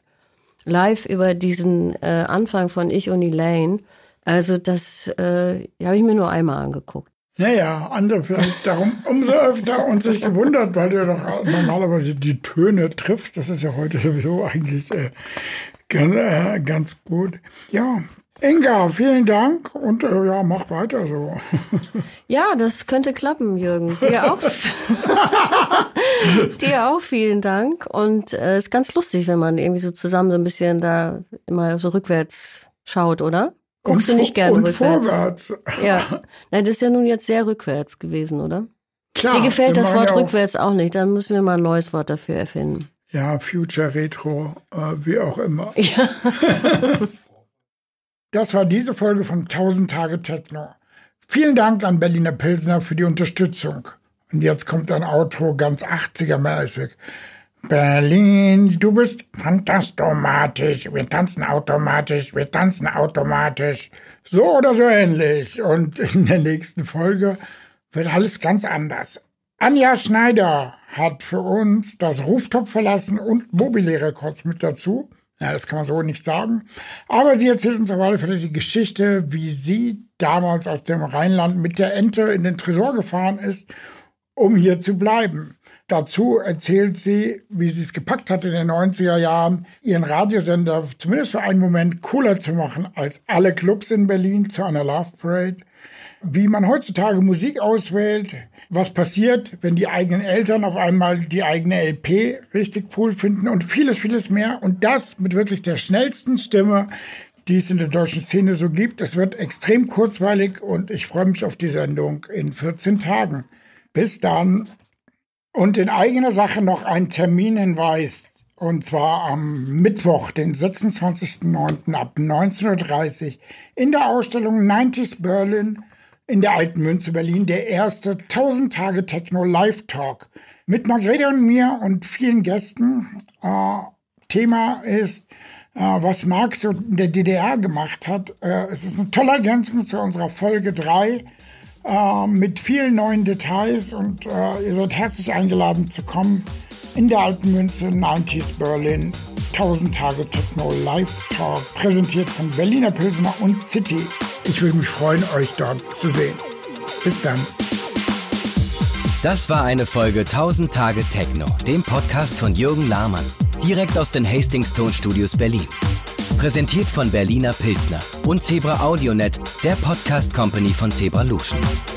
live über diesen Anfang von Ich und Elaine. Also das habe ich mir nur einmal angeguckt. Naja, andere vielleicht darum umso öfter und sich gewundert, weil du doch normalerweise die Töne triffst. Das ist ja heute sowieso eigentlich ganz gut. Ja, Inga, vielen Dank und ja, mach weiter so. Ja, das könnte klappen, Jürgen. Dir auch. Dir auch vielen Dank. Und ist ganz lustig, wenn man irgendwie so zusammen so ein bisschen da immer so rückwärts schaut, oder? Guckst du nicht gerne rückwärts? Vorwärts. Ja, nein, das ist ja nun jetzt sehr rückwärts gewesen, oder? Klar. Dir gefällt das Wort rückwärts auch nicht, dann müssen wir mal ein neues Wort dafür erfinden. Ja, Future, Retro, wie auch immer. Ja. Das war diese Folge von 1000 Tage Techno. Vielen Dank an Berliner Pilsner für die Unterstützung. Und jetzt kommt ein Outro ganz 80er-mäßig. Berlin, du bist fantastomatisch. Wir tanzen automatisch, wir tanzen automatisch. So oder so ähnlich. Und in der nächsten Folge wird alles ganz anders. Anja Schneider hat für uns das Rooftop verlassen und Mobile Records mit dazu. Ja, das kann man so nicht sagen. Aber sie erzählt uns auf alle Fälle die Geschichte, wie sie damals aus dem Rheinland mit der Ente in den Tresor gefahren ist, um hier zu bleiben. Dazu erzählt sie, wie sie es gepackt hat in den 90er Jahren, ihren Radiosender zumindest für einen Moment cooler zu machen als alle Clubs in Berlin zu einer Love Parade. Wie man heutzutage Musik auswählt, was passiert, wenn die eigenen Eltern auf einmal die eigene LP richtig cool finden und vieles, vieles mehr. Und das mit wirklich der schnellsten Stimme, die es in der deutschen Szene so gibt. Es wird extrem kurzweilig und ich freue mich auf die Sendung in 14 Tagen. Bis dann. Und in eigener Sache noch ein Terminhinweis. Und zwar am Mittwoch, den 26.09. ab 19.30 Uhr in der Ausstellung 90s Berlin in der Alten Münze Berlin, der erste 1000 Tage Techno Live Talk mit Margrethe und mir und vielen Gästen. Thema ist, was Marx so in der DDR gemacht hat. Es ist eine tolle Ergänzung zu unserer Folge 3 mit vielen neuen Details und ihr seid herzlich eingeladen zu kommen in der Alten Münze 90s Berlin 1000 Tage Techno Live Talk, präsentiert von Berliner Pilsner und City. Ich würde mich freuen, euch dort zu sehen. Bis dann. Das war eine Folge 1000 Tage Techno, dem Podcast von Jürgen Lahmann, direkt aus den Hastings Tonstudios Berlin. Präsentiert von Berliner Pilsner und Zebra AudioNet, der Podcast Company von Zebralution.